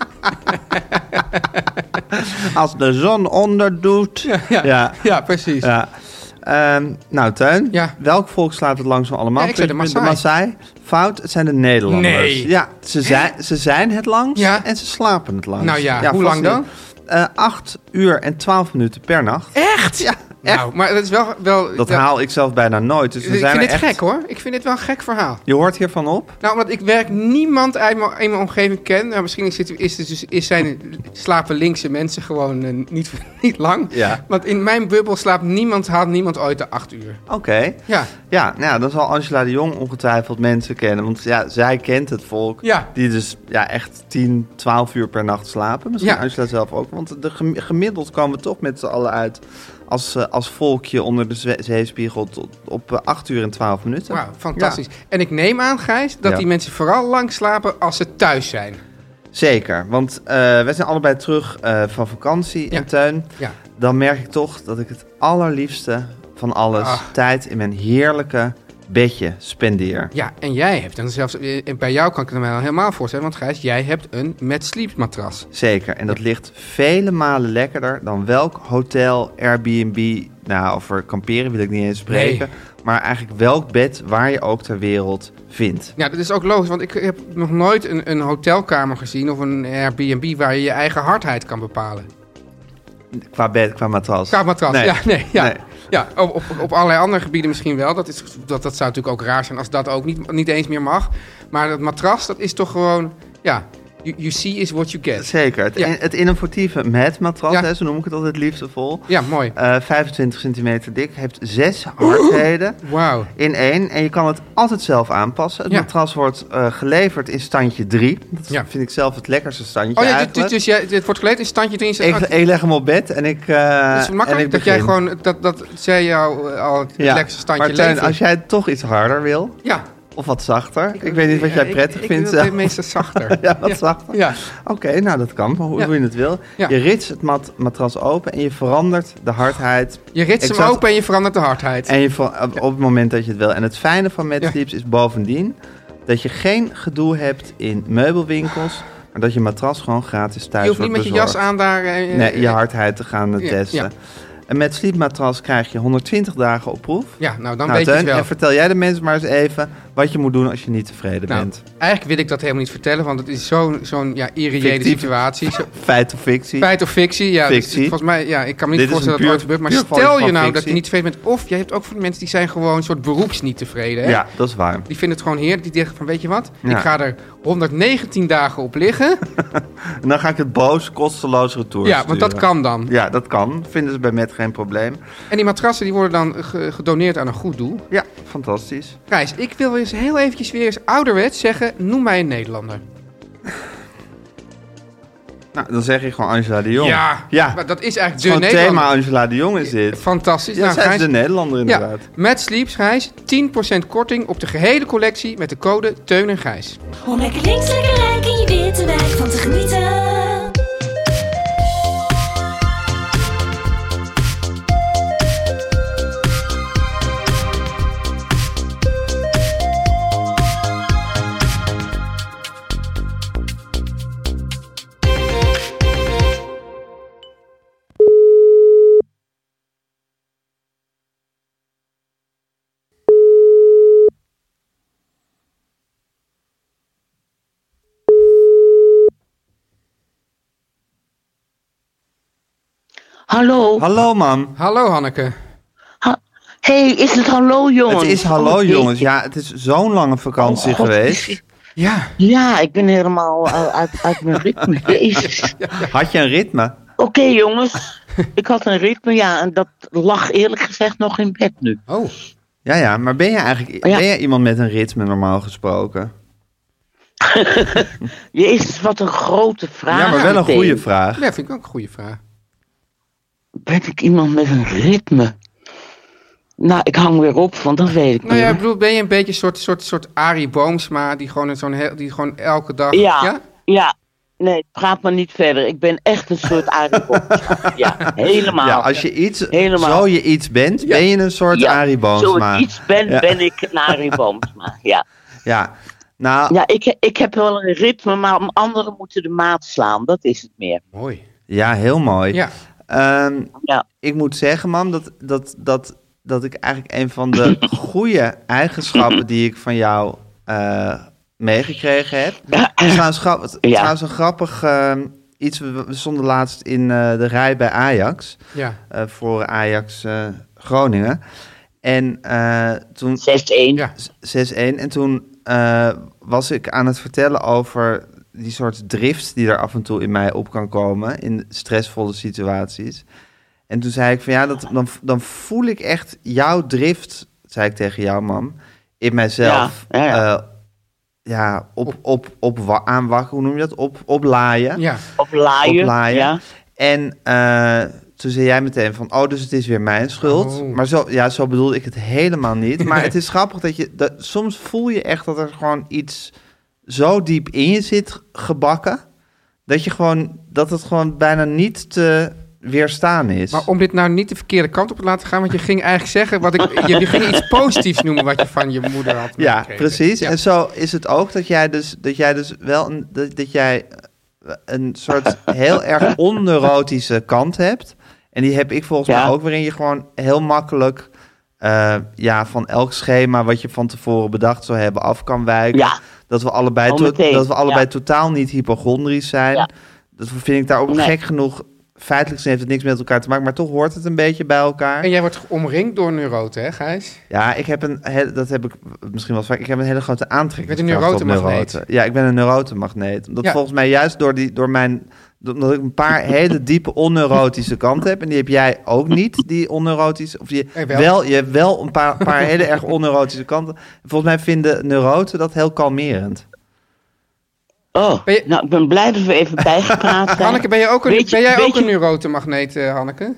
Als de zon onderdoet. Ja, precies. Ja. Nou, Teun, welk volk slaapt het langzaam allemaal? Ja, ik zei de Maasai. De Maasai. Fout, het zijn de Nederlanders. Nee. Ja, ze zijn het langst en ze slapen het langst. Nou ja hoe lang dan? 8 uur en 12 minuten per nacht. Echt? Ja. Nou, maar dat is wel... Dat haal ik zelf bijna nooit. Dus ik vind dit gek, hoor. Ik vind dit wel een gek verhaal. Je hoort hiervan op? Nou, omdat ik niemand uit mijn omgeving ken. Nou, misschien slapen linkse mensen gewoon niet lang. Ja. Want in mijn bubbel haalt niemand ooit de 8 uur. Oké. Ja. Ja, nou, dan zal Angela de Jong ongetwijfeld mensen kennen. Want zij kent het volk. Ja. Die dus echt 10, 12 uur per nacht slapen. Misschien Angela zelf ook. Want gemiddeld komen we toch met z'n allen uit... Als volkje onder de zeespiegel op 8 uur en 12 minuten. Wauw, fantastisch. Ja. En ik neem aan, Gijs, dat die mensen vooral lang slapen als ze thuis zijn. Zeker, want wij zijn allebei terug van vakantie in Teun. Ja. Dan merk ik toch dat ik het allerliefste van alles tijd in mijn heerlijke bedje spendeer. Ja, en jij hebt dan zelfs... bij jou kan ik het me wel helemaal voorstellen, want Gijs, jij hebt een Mad Sleep matras. Zeker, en dat ligt vele malen lekkerder dan welk hotel, Airbnb... Nou, over kamperen wil ik niet eens spreken. Nee. Maar eigenlijk welk bed waar je ook ter wereld vindt. Ja, dat is ook logisch, want ik heb nog nooit een hotelkamer gezien... of een Airbnb waar je je eigen hardheid kan bepalen. Qua bed, qua matras. Qua matras, nee. Nee. Ja, op allerlei andere gebieden misschien wel. Dat zou natuurlijk ook raar zijn als dat ook niet eens meer mag. Maar dat matras, dat is toch gewoon... Ja, you see is what you get. Zeker. Het innovatieve matras, zo noem ik het altijd liefdevol. Ja, mooi. 25 centimeter dik, heeft 6 hardheden in 1. En je kan het altijd zelf aanpassen. Het matras wordt geleverd in standje 3. Dat vind ik zelf het lekkerste standje eigenlijk. Dus het wordt geleverd in standje 3. Ik leg hem op bed en ik het is makkelijk dat jij gewoon... Dat zij jou al het lekkerste standje levert. Maar Teun, als jij het toch iets harder wil... Ja. Of wat zachter. Ik weet niet wat jij prettig vindt. Ik vind het meestal zachter. Ja, wat zachter? Ja. Oké, nou dat kan, hoe je het wil. Ja. Je ritst het matras open en je verandert de hardheid. Je ritst hem open en je verandert de hardheid. En op het moment dat je het wil. En het fijne van Mad Sleeps is bovendien... dat je geen gedoe hebt in meubelwinkels... maar dat je matras gewoon gratis thuis wordt bezorgd. Je hoeft niet met je jas aan daar... nee, je hardheid te gaan testen. Ja. En met Sleep matras krijg je 120 dagen op proef. Ja, nou dan weet je het wel. En vertel jij de mensen maar eens even wat je moet doen als je niet tevreden bent. Eigenlijk wil ik dat helemaal niet vertellen, want het is zo'n irreële situatie. Feit of fictie? Feit of fictie, ja. Fictie. Dus, volgens mij, ik kan me niet voorstellen dat het ooit gebeurt. Maar stel je nou dat je niet tevreden bent, of je hebt ook voor de mensen die zijn gewoon een soort beroeps niet tevreden. Hè? Ja, dat is waar. Die vinden het gewoon heerlijk. Die denken van, weet je wat, ik ga er 119 dagen op liggen. En dan ga ik het boos, kosteloos retour sturen. Want dat kan dan. Ja, dat kan. Vinden ze bij Met geen probleem. En die matrassen die worden dan gedoneerd aan een goed doel. Ja, fantastisch. Gijs, ik wil eens heel eventjes weer eens ouderwets zeggen, noem mij een Nederlander. Nou, dan zeg ik gewoon Angela de Jong. Ja. Maar dat is eigenlijk de Nederlander. Het thema Angela de Jong is dit. Fantastisch. Ja, zij is de Nederlander inderdaad. Ja, met Sleeps, Gijs, 10% korting op de gehele collectie met de code Teun en Gijs. Om lekker links, lekker rijk in je witte wijk van te genieten. Hallo. Hallo, mam. Hallo, Hanneke. Hey, is het hallo, jongens? Het is hallo, jongens. Ja, het is zo'n lange vakantie geweest. Ja, ik ben helemaal uit mijn ritme. Jezus. Had je een ritme? Oké, jongens. Ik had een ritme, ja. En dat lag eerlijk gezegd nog in bed nu. Oh. Ja, maar ben je eigenlijk ben je iemand met een ritme normaal gesproken? Jezus, wat een grote vraag. Ja, maar wel een goede vraag. Ja, vind ik ook een goede vraag. Ben ik iemand met een ritme? Nou, ik hang weer op, want dat weet ik niet. Nou ja, ik bedoel, ben je een beetje een soort Arie Boomsma die gewoon elke dag... Ja. Nee, praat maar niet verder. Ik ben echt een soort Arie Boomsma. Ja, helemaal. Ja, als je iets bent, ben je een soort Arie Boomsma. Zo ik iets ben ik een Arie Boomsma. Ja. Ja. Nou... Ja, ik heb wel een ritme, maar anderen moeten de maat slaan. Dat is het meer. Mooi. Ja, heel mooi. Ja. Ik moet zeggen, mam, dat ik eigenlijk een van de goede eigenschappen die ik van jou meegekregen heb. Trouwens een grappig iets. We stonden laatst in de rij bij Ajax. Ja. Voor Ajax Groningen. En toen... 6-1. Ja. 6-1. En toen was ik aan het vertellen over die soort drift die er af en toe in mij op kan komen in stressvolle situaties. En toen zei ik van ja, dan voel ik echt jouw drift, zei ik tegen jou, mam, in mijzelf. Aanwakken, hoe noem je dat? Oplaaien. Ja. Oplaaien. Ja. En toen zei jij meteen van, oh, dus het is weer mijn schuld. Oh. Maar zo bedoelde ik het helemaal niet. Maar het is grappig dat soms voel je echt dat er gewoon iets zo diep in je zit gebakken, dat het gewoon bijna niet te weerstaan is. Maar om dit nou niet de verkeerde kant op te laten gaan, want je ging eigenlijk zeggen, je ging iets positiefs noemen wat je van je moeder had meegekregen. Ja, precies. Ja. En zo is het ook dat jij een soort heel erg onneurotische kant hebt. En die heb ik volgens mij ook, waarin je gewoon heel makkelijk van elk schema wat je van tevoren bedacht zou hebben af kan wijken. Ja. Dat we allebei totaal niet hypochondrisch zijn. Ja. Dat vind ik daar ook gek genoeg. Feitelijk heeft het niks met elkaar te maken, maar toch hoort het een beetje bij elkaar. En jij wordt omringd door neuroten, hè, Gijs? Ja, ik heb een hele grote aantrekking. Je bent een neurotenmagneet. Ja, ik ben een neurotenmagneet. Volgens mij juist omdat ik een paar hele diepe onneurotische kanten heb. En die heb jij ook niet, die onneurotische. Of je hebt wel een paar hele erg onneurotische kanten. Volgens mij vinden neuroten dat heel kalmerend. Oh, nou, ik ben blij dat we even bijgepraat zijn. Hanneke, ben jij ook een neurotenmagneet, Hanneke?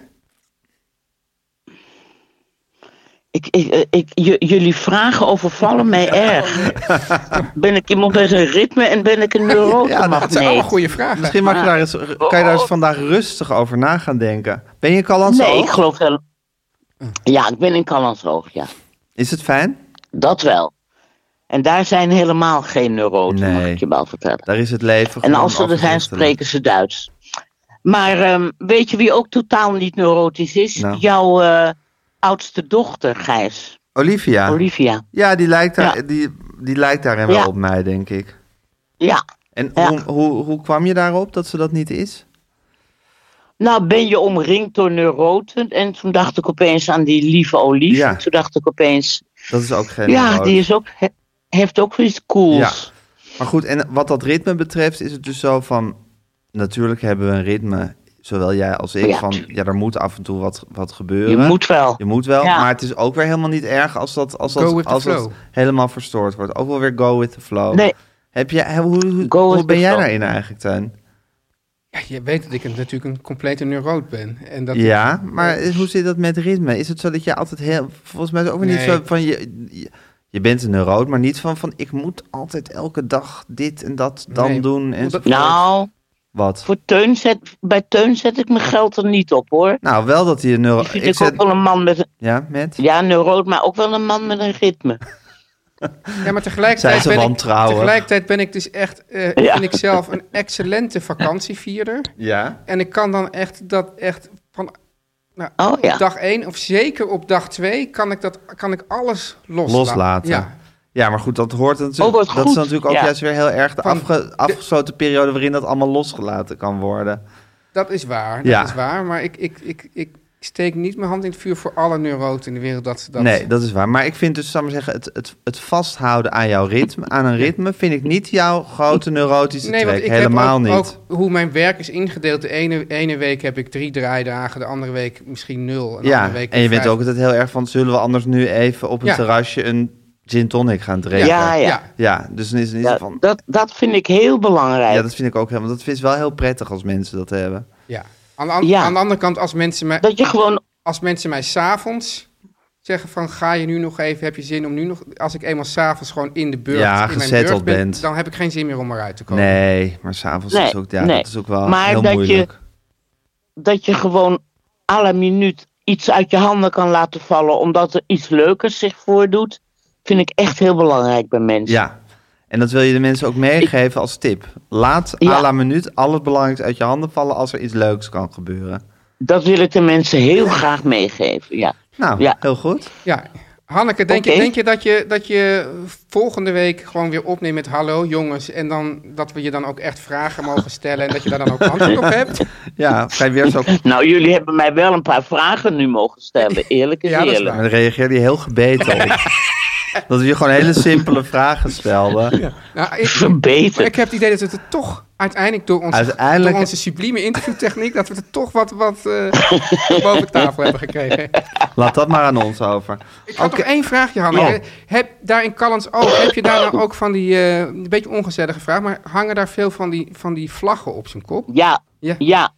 Jullie vragen overvallen mij erg. Ben ik iemand met een ritme en ben ik een neurotenmagneet? Dat zijn allemaal goede vragen. Misschien kan je daar eens vandaag rustig over na gaan denken. Ben je in Callantsoog? Nee, ik geloof wel. Ja, ik ben in Callantsoog, ja. Is het fijn? Dat wel. En daar zijn helemaal geen neuroten, mag ik je wel vertellen. Daar is het leven. En als ze er zijn, spreken ze Duits. Maar weet je wie ook totaal niet neurotisch is? Nou. Jouw oudste dochter, Gijs. Olivia. Ja, die lijkt daarin wel op mij, denk ik. Ja. En hoe kwam je daarop dat ze dat niet is? Nou, ben je omringd door neuroten? En toen dacht ik opeens aan die lieve Olive. Ja. En toen dacht ik opeens... Dat is ook geen neuroot. Ja, die is ook... heeft ook iets cools. Ja. Maar goed, en wat dat ritme betreft is het dus zo van... Natuurlijk hebben we een ritme, zowel jij als ik, er moet af en toe wat gebeuren. Je moet wel, maar het is ook weer helemaal niet erg als dat helemaal verstoord wordt. Ook wel weer go with the flow. Nee. Hoe ben jij daarin eigenlijk, Teun? Ja, je weet dat ik natuurlijk een complete neuroot ben. En dat maar hoe zit dat met ritme? Is het zo dat je altijd volgens mij is het ook niet zo van je bent een neuroot, maar niet van ik moet altijd elke dag dit en dat dan doen. Nou, wat? Bij Teun zet ik mijn geld er niet op, hoor. Nou, wel dat hij een neuroot... Ik ook wel een man met... Ja, neuroot, maar ook wel een man met een ritme. Ja, maar tegelijkertijd ben ik dus echt, vind ik zelf een excellente vakantievierder. Ja. En ik kan dan echt van op dag 1 of zeker op dag 2 kan ik alles loslaten. Ja, maar goed, dat hoort natuurlijk. Dat is natuurlijk ook juist weer heel erg de afgesloten periode waarin dat allemaal losgelaten kan worden. Dat is waar, dat is waar. Maar ik steek niet mijn hand in het vuur voor alle neuroten in de wereld. Nee, dat is waar. Maar ik vind dus, zal ik maar zeggen, het vasthouden aan jouw ritme, aan een ritme, vind ik niet jouw grote neurotische trek. Want ik helemaal heb niet. Ook hoe mijn werk is ingedeeld. De ene week heb ik 3 draaidagen, de andere week misschien 0. En je bent ook altijd heel erg van, zullen we anders nu even op een terrasje een gin tonic gaan drinken? Ja, dus dan is het niet van... Dat vind ik heel belangrijk. Ja, dat vind ik ook helemaal. Dat vind ik wel heel prettig als mensen dat hebben. Ja. Aan de andere kant, als mensen mij 's avonds zeggen van, ga je nu nog even, heb je zin om nu nog... Als ik eenmaal 's avonds gewoon in mijn beurt ben, dan heb ik geen zin meer om eruit te komen. Nee, maar 's avonds is ook, dat is ook wel heel moeilijk. Dat je gewoon alle minuut iets uit je handen kan laten vallen, omdat er iets leukers zich voordoet, vind ik echt heel belangrijk bij mensen. Ja. En dat wil je de mensen ook meegeven als tip. Laat à la minuut al het belangrijkste uit je handen vallen als er iets leuks kan gebeuren. Dat wil ik de mensen heel graag meegeven, ja. Nou, heel goed. Ja, Hanneke, denk je dat je volgende week gewoon weer opneemt met hallo jongens en dan dat we je dan ook echt vragen mogen stellen en dat je daar dan ook antwoord op hebt? Ja, ga je weer zo... Nou, jullie hebben mij wel een paar vragen nu mogen stellen, eerlijk is eerlijk. Maar dan reageerde je heel gebeten op. Dat we je gewoon hele simpele vragen stelden. Ja. Nou, ik heb het idee dat we het toch uiteindelijk door onze sublieme interviewtechniek, dat we het toch wat boven tafel hebben gekregen. Laat dat maar aan ons over. Ik had nog één vraagje, Hanneke. Daar in Callans Oog, heb je daar nou ook van die, een beetje ongezellige vraag, maar hangen daar veel van die vlaggen op zijn kop? Ja.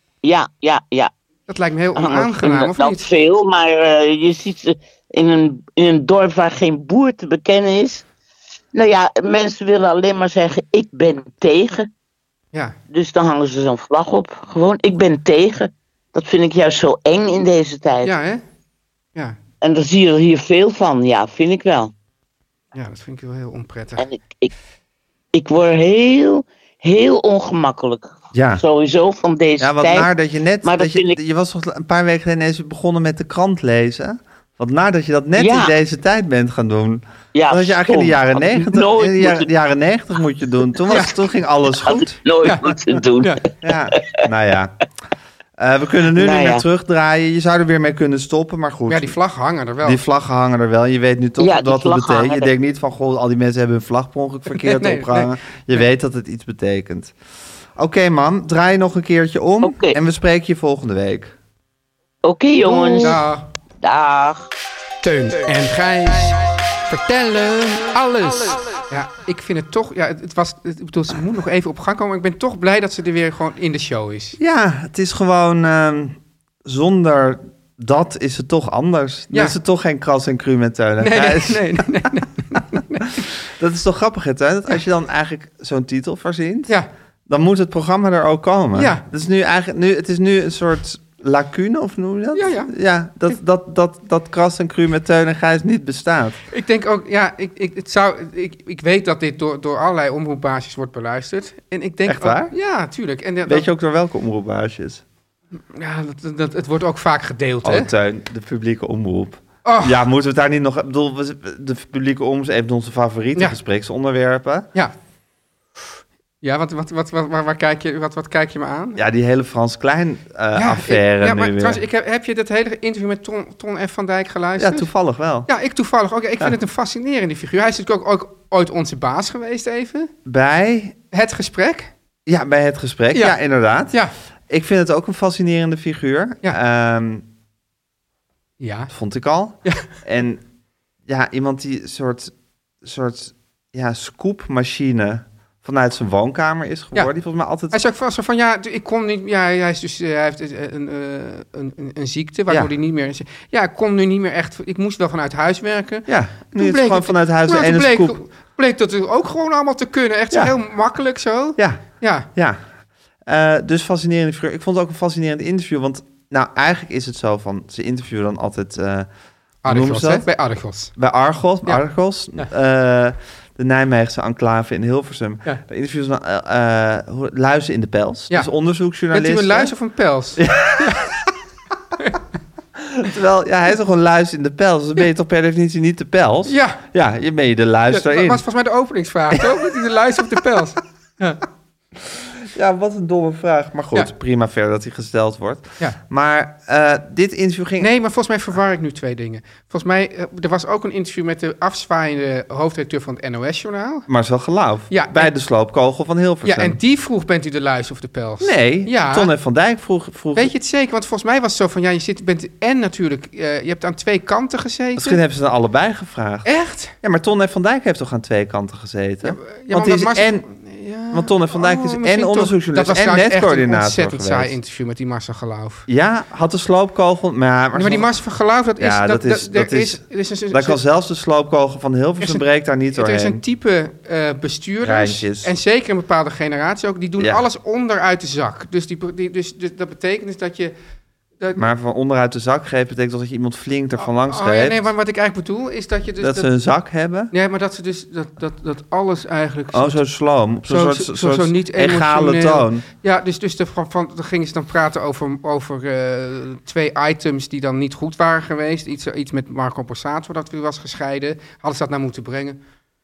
Dat lijkt me heel onaangenaam, of niet? Niet veel, maar je ziet ze in een dorp waar geen boer te bekennen is. Nou ja, mensen willen alleen maar zeggen, ik ben tegen. Ja. Dus dan hangen ze zo'n vlag op. Gewoon, ik ben tegen. Dat vind ik juist zo eng in deze tijd. Ja, hè? Ja. En daar zie je er hier veel van, ja, vind ik wel. Ja, dat vind ik wel heel onprettig. En ik word heel, heel ongemakkelijk. Ja. Sowieso van deze tijd. Ja, wat naar dat je net... Maar je was toch een paar weken geleden ineens begonnen met de krant lezen. Wat naar dat je dat net in deze tijd bent gaan doen. Ja, dat je eigenlijk in de jaren 90 moet je doen. Toen ging alles goed. Nooit moeten doen. Ja. Nou ja. We kunnen nu niet meer terugdraaien. Je zou er weer mee kunnen stoppen, maar goed. Ja, die vlaggen hangen er wel. Die vlaggen hangen er wel. Je weet nu toch wat het betekent. Je denkt niet van, goh, al die mensen hebben hun vlag per ongeluk verkeerd opgehangen. Nee. Je weet dat het iets betekent. Oké, man. Draai nog een keertje om. En we spreken je volgende week. Oké, jongens. Dag. Teun en Gijs vertellen alles. Ja, ik vind het toch... Ja, ze moet nog even op gang komen. Maar ik ben toch blij dat ze er weer gewoon in de show is. Ja, het is gewoon... zonder dat is het toch anders. Dan is het toch geen Kras en Kru met Teun en Gijs. Nee. Dat is toch grappig, hè, Teun? Dat als je dan eigenlijk zo'n titel verzint... Ja. Dan moet het programma er ook komen. Ja. Dat is nu eigenlijk... Het is nu een soort... lacune, of noem je dat? Ja. Dat Kras en Kru met Teun en Gijs niet bestaat. Ik denk ook, ik weet dat dit door allerlei omroepbaasjes wordt beluisterd. En ik denk echt waar? Ook, ja, tuurlijk. En weet je ook door welke omroepbaasjes? Ja, het wordt ook vaak gedeeld, hè? Teun, de publieke omroep. Oh. Ja, moeten we het daar niet nog... Ik bedoel, de publieke omroep is even onze favoriete gespreksonderwerpen. Ja. Ja, wat kijk je me aan? Ja, die hele Frans Klein affaire. Maar trouwens, heb je dat hele interview met Ton F. van Dijk geluisterd? Ja, toevallig wel. Ja, ik toevallig ook. Ik vind het een fascinerende figuur. Hij is natuurlijk ook ooit onze baas geweest even. Bij? Het gesprek? Ja, bij Het Gesprek. Ja, inderdaad. Ja. Ik vind het ook een fascinerende figuur. Ja. Dat vond ik al. Ja. En ja, iemand die een soort scoopmachine vanuit zijn woonkamer is geworden. Die volgens mij altijd... Hij is ook van ik kon niet... Ja, hij heeft een ziekte, waardoor hij niet meer... Ja, ik kon nu niet meer echt... Ik moest wel vanuit huis werken. Ja, nu is gewoon vanuit huis de ene scoop. Bleek dat ook gewoon allemaal te kunnen. Echt zo heel makkelijk zo. Ja. Dus fascinerende figuur. Ik vond het ook een fascinerend interview, want eigenlijk is het zo van... Ze interviewen dan altijd... Argos, bij Argos. Bij Argos. Ja. Argos. Ja. De Nijmeegse enclave in Hilversum. Ja. De interviews dan luizen in de pels. Ja. Dus onderzoeksjournalisten. Bent u een luis of een pels? Ja. Terwijl, hij is toch een luis in de pels. Dus dan ben je toch per definitie niet de pels? Ja. Ja, je ben je de luis daarin. Dat was volgens mij de openingsvraag, toch? Bent u de luis of de pels? Ja. Ja, wat een domme vraag. Maar goed, prima verder dat hij gesteld wordt. Ja. Maar dit interview ging... Nee, maar volgens mij verwar ik nu 2 dingen. Volgens mij, er was ook een interview met de afzwaaiende hoofdredacteur van het NOS-journaal. Marcel Geloof. Ja, bij de sloopkogel van Hilversum. Ja, en die vroeg, bent u de luis of de pels? Nee, Ton van Dijk vroeg... Weet je het zeker? Want volgens mij was het zo van, je bent en natuurlijk... je hebt aan 2 kanten gezeten. Misschien hebben ze dan allebei gevraagd. Echt? Ja, maar Ton van Dijk heeft toch aan 2 kanten gezeten? Ja, want die is want Ton van Dijk is en onderzoeksjournalist en netcoördinator geweest. Dat was echt een ontzettend saai interview met die Marcel Geloof. Ja, had de sloopkogel... Maar die Marcel Geloof, dat kan zelfs de sloopkogel van Hilversum breekt daar niet doorheen. Er is een type bestuurders, Rijntjes. En zeker een bepaalde generatie ook, die doen alles onderuit de zak. Dus dat betekent dus dat je... Maar van onderuit de zak geven betekent dat je iemand flink ervan langs geeft. Nee, maar wat ik eigenlijk bedoel is dat je dus... Dat ze een zak hebben? Nee, maar dat ze dus... Dat alles eigenlijk... zo sloom. Op zo'n soort niet egale toon. Ja, dus dan gingen ze dan praten over 2 items die dan niet goed waren geweest. Iets met Marco Borsato dat weer was gescheiden. Hadden ze dat nou moeten brengen?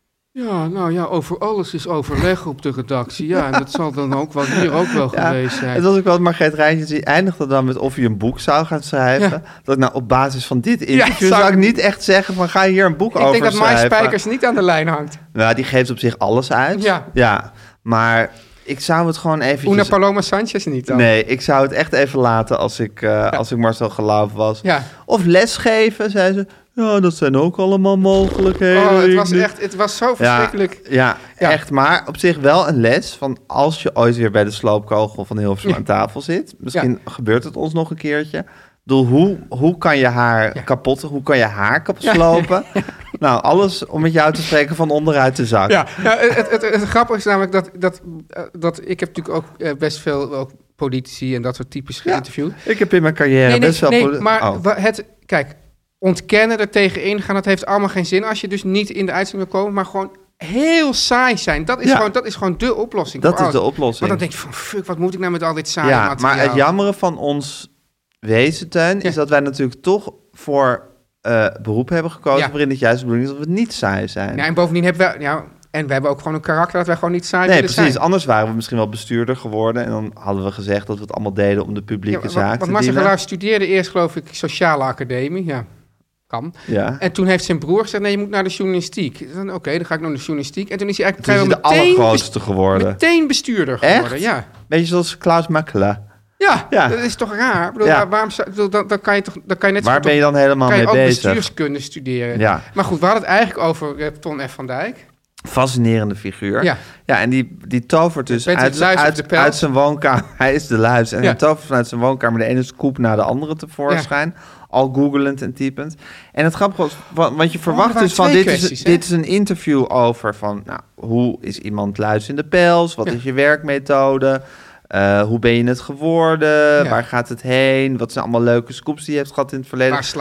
Ja, over alles is overleg op de redactie. Ja, en dat zal dan ook wel hier ook wel geweest zijn. Het was ook wel Margreet Rijntjes, die eindigde dan met of je een boek zou gaan schrijven. Ja. Dat op basis van dit interview zou ik niet echt zeggen van ga hier een boek over schrijven. Ik denk dat Mike Spijkers niet aan de lijn hangt. Nou, die geeft op zich alles uit. Ja, maar ik zou het gewoon eventjes... Una Paloma Sanchez niet dan? Nee, ik zou het echt even laten als ik Marcel Geloof was. Ja. Of lesgeven, zei ze. Ja, dat zijn ook allemaal mogelijkheden. Het was zo verschrikkelijk. Ja, echt. Maar op zich wel een les van als je ooit weer bij de sloopkogel van Hilversum aan tafel zit. Misschien gebeurt het ons nog een keertje. Hoe kan je haar kapot, hoe kan je haar kapot slopen? Nou, alles om met jou te spreken van onderuit de zak. Ja, het grappige is namelijk dat ik heb natuurlijk ook best veel ook politici en dat soort types geïnterviewd. Ik heb in mijn carrière best wel... maar kijk... Ontkennen, er tegenin gaan, dat heeft allemaal geen zin als je dus niet in de uitzending wil komen, maar gewoon heel saai zijn. Dat is gewoon de oplossing. Dat is de oplossing. Want dan denk je van, fuck, wat moet ik nou met al dit saaie materiaal? Maar het jammere van ons wezen, Teun, is dat wij natuurlijk toch voor beroep hebben gekozen waarin het juist de bedoeling is dat we niet saai zijn. Ja, en bovendien hebben we... En we hebben ook gewoon een karakter dat wij gewoon niet saai willen zijn. Nee, precies. Anders waren we misschien wel bestuurder geworden. En dan hadden we gezegd dat we het allemaal deden om de publieke zaak te dienen. Want Marcel Geloof studeerde eerst, geloof ik, sociale academie. Ja. Kan. Ja. En toen heeft zijn broer gezegd, nee, je moet naar de journalistiek. Oké, dan ga ik naar de journalistiek. En toen is hij eigenlijk de allergrootste geworden. Meteen bestuurder geworden. Echt? Ja. Beetje zoals Klaus Makela. Ja, dat is toch raar? Ik bedoel, dan kan je toch, dan kan je net waar ben je dan helemaal mee bezig? Bestuurskunde studeren. Ja. Maar goed, we hadden het eigenlijk over Ton F. van Dijk. Fascinerende figuur. Ja, en die tovert dus uit zijn woonkamer. Hij is de luis. En hij tovert vanuit zijn woonkamer de ene scoop naar de andere tevoorschijn. Ja. Al googelend en typend. En het grappige was, want je verwacht dus van dit is een interview over van, nou, hoe is iemand luis in de pels? Wat is je werkmethode? Hoe ben je het geworden? Ja. Waar gaat het heen? Wat zijn allemaal leuke scoops die je hebt gehad in het verleden? Waar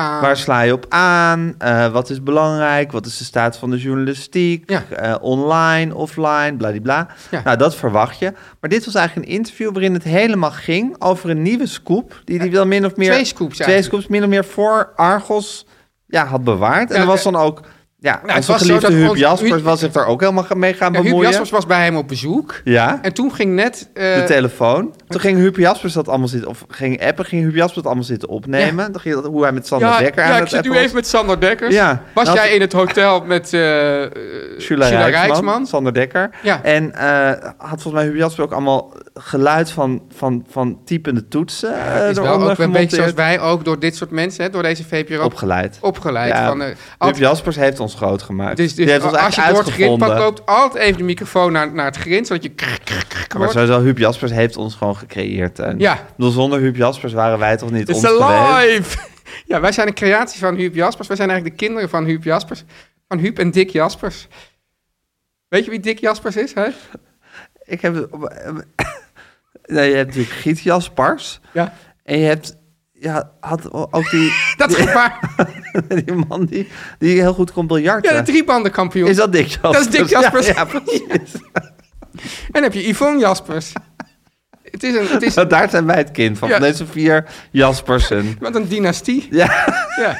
sla je op aan? Wat is belangrijk? Wat is de staat van de journalistiek? Ja. Online, offline, bladibla. Ja. Nou, dat verwacht je. Maar dit was eigenlijk een interview waarin het helemaal ging over een nieuwe scoop. Die wel min of meer... Twee scoops min of meer voor Argos had bewaard. En er was dan ook... Ja, onze geliefde Huub Jaspers was zich daar ook helemaal mee gaan bemoeien. Huub Jaspers was bij hem op bezoek. Ja. En toen ging net... de telefoon. Toen ging Huub Jaspers dat allemaal zitten... Of ging appen, ging Huub Jaspers dat allemaal zitten opnemen. Ja. Dan ging hoe hij met Sander Dekker aan het appen was. Ja, ik zit nu even met Sander Dekkers. Ja. Was jij in het hotel met Sheila Rijksman? Sander Dekker. Ja. En had volgens mij Huub Jaspers ook allemaal geluid van typende toetsen. Het is wel ook een beetje zoals wij ook door dit soort mensen, hè, door deze VPRO... Opgeleid. Ja, Huub Jaspers heeft ons groot gemaakt. Dus die heeft ons als je door het grindpad loopt, altijd even de microfoon naar het grind, zodat je... Maar sowieso, Huub Jaspers heeft ons gewoon gecreëerd. Ja. Zonder Huub Jaspers waren wij toch niet ons geweest. Ja, wij zijn een creatie van Huub Jaspers. Wij zijn eigenlijk de kinderen van Huub Jaspers. Van Huub en Dick Jaspers. Weet je wie Dick Jaspers is, hè? Ik heb... Nee, je hebt natuurlijk Giet Jaspers. Ja. En je hebt... Ja, had ook die... Dat gevaar. Die man die heel goed kon biljarten. Ja, de driebandenkampioen. Is dat Dick Jaspers? Dat is Dick Jaspers. Ja, precies. En dan heb je Yvonne Jaspers. Het is Daar zijn wij het kind van deze 4 Jaspersen. Wat een dynastie. Ja. Ja.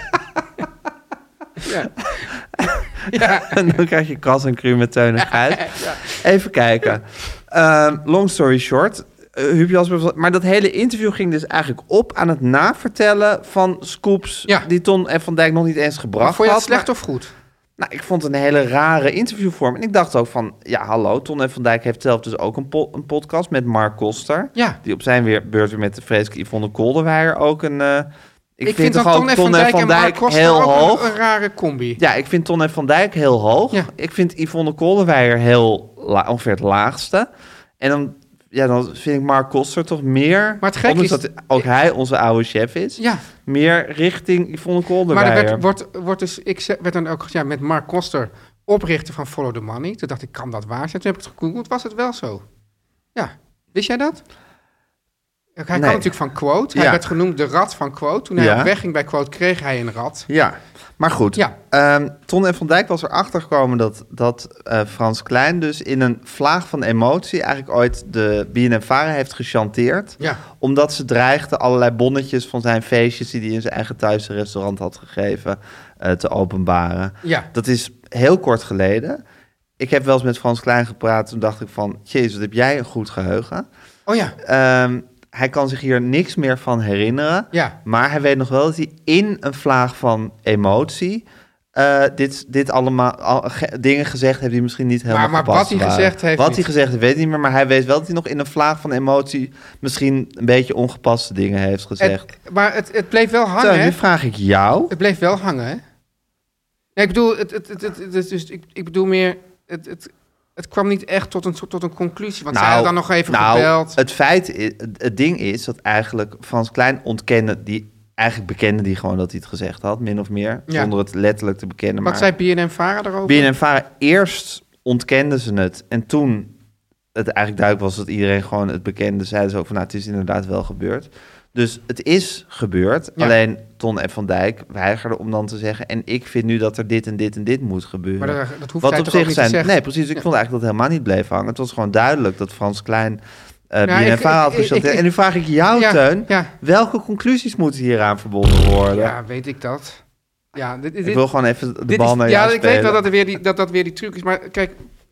Ja. En dan krijg je Kas en Cru met Teun en Gijs. Ja. Even kijken. Long story short. Huub Jaspers, maar dat hele interview ging dus eigenlijk op aan het navertellen van scoops die Ton F. van Dijk nog niet eens gebracht had. Vond je het slecht of goed? Nou, ik vond het een hele rare interviewvorm. En ik dacht ook van, ja, hallo, Ton F. van Dijk heeft zelf dus ook een podcast met Mark Koster. Ja. Die op zijn beurt weer met de vreselijke Yvonne Kolderweijer ook een... Ik vind toch ook Ton F. van Dijk heel hoog. Een rare combi. Ja, ik vind Ton F. van Dijk heel hoog. Ja. Ik vind Yvonne Kolderweijer ongeveer het laagste. En dan vind ik Mark Koster toch meer... Maar het gek is... dat ook hij onze oude chef is. Ja. Meer richting Yvonne Kolderweijer. Maar er werd dan ook gezegd met Mark Koster, oprichter van Follow the Money. Toen dacht ik, kan dat waar zijn? Toen heb ik het gegoogeld, was het wel zo? Ja. Wist jij dat? Hij kwam natuurlijk van Quote. Hij werd genoemd de rat van Quote. Toen hij op weg ging bij Quote, kreeg hij een rat. Ja, maar goed. Ja. Ton F. van Dijk was erachter gekomen dat Frans Klein dus in een vlaag van emotie eigenlijk ooit de BNNVARA heeft gechanteerd. Ja. Omdat ze dreigde allerlei bonnetjes van zijn feestjes die hij in zijn eigen thuisrestaurant had gegeven te openbaren. Ja. Dat is heel kort geleden. Ik heb wel eens met Frans Klein gepraat. Toen dacht ik van, jezus, wat heb jij een goed geheugen. Oh ja. Hij kan zich hier niks meer van herinneren. Ja. Maar hij weet nog wel dat hij in een vlaag van emotie... dit allemaal dingen gezegd heeft die misschien niet helemaal maar gepast wat hij gezegd heeft Wat hij gezegd heeft, weet ik niet meer. Maar hij weet wel dat hij nog in een vlaag van emotie... misschien een beetje ongepaste dingen heeft gezegd. Maar het bleef wel hangen, hè? Nu vraag ik jou. Het bleef wel hangen, hè? Nee, ik bedoel, ik bedoel meer... Het kwam niet echt tot een conclusie, want zij hadden dan nog even gebeld. Het ding is dat eigenlijk Frans Klein eigenlijk bekende die gewoon dat hij het gezegd had, min of meer, zonder het letterlijk te bekennen. Wat zei BNNVARA daarover? BNNVARA, eerst ontkenden ze het en toen het eigenlijk duidelijk was dat iedereen gewoon het bekende, zeiden ze ook van, nou, het is inderdaad wel gebeurd. Dus het is gebeurd, alleen Ton F. van Dijk weigerde om dan te zeggen... en ik vind nu dat er dit en dit en dit moet gebeuren. Maar dat hoeft hij toch ook niet te zeggen? Nee, precies. Ik vond eigenlijk dat het helemaal niet bleef hangen. Het was gewoon duidelijk dat Frans Klein BNNVARA had gechanteerd. En nu vraag ik jou, Teun, welke conclusies moeten hieraan verbonden worden? Ja, weet ik dat. Ja, ik wil gewoon even de bal naar jou spelen. Ik weet wel dat weer die truc is. Maar kijk,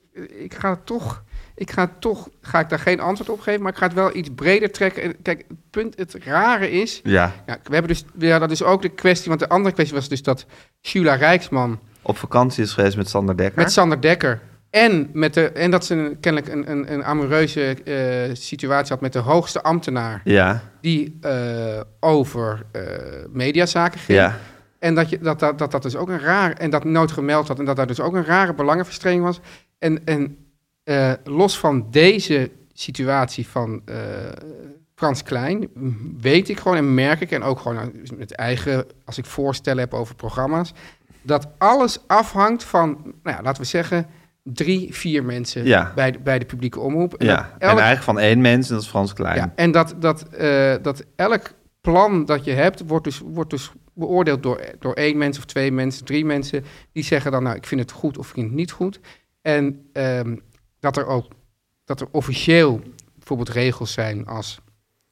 ik ga daar geen antwoord op geven, maar ik ga het wel iets breder trekken. En kijk, het rare is... Ja, we hadden dus ook de kwestie... Want de andere kwestie was dus dat Shula Rijksman... op vakantie is geweest met Sander Dekker. En dat ze kennelijk een amoureuze situatie had met de hoogste ambtenaar... Ja. Die over mediazaken ging. Ja. En dat dus ook een raar... En dat nooit gemeld had en dat daar dus ook een rare belangenverstrengeling was. En los van deze situatie van Frans Klein, weet ik gewoon en merk ik, en ook gewoon met eigen, als ik voorstellen heb over programma's, dat alles afhangt van, nou ja, laten we zeggen, 3-4 mensen bij de publieke omroep. En eigenlijk van 1 mens, en dat is Frans Klein. Ja, en dat elk plan dat je hebt, wordt dus beoordeeld door 1 mens of 2 mensen, 3 mensen, die zeggen dan, nou, ik vind het goed of ik vind het niet goed. En dat er officieel bijvoorbeeld regels zijn als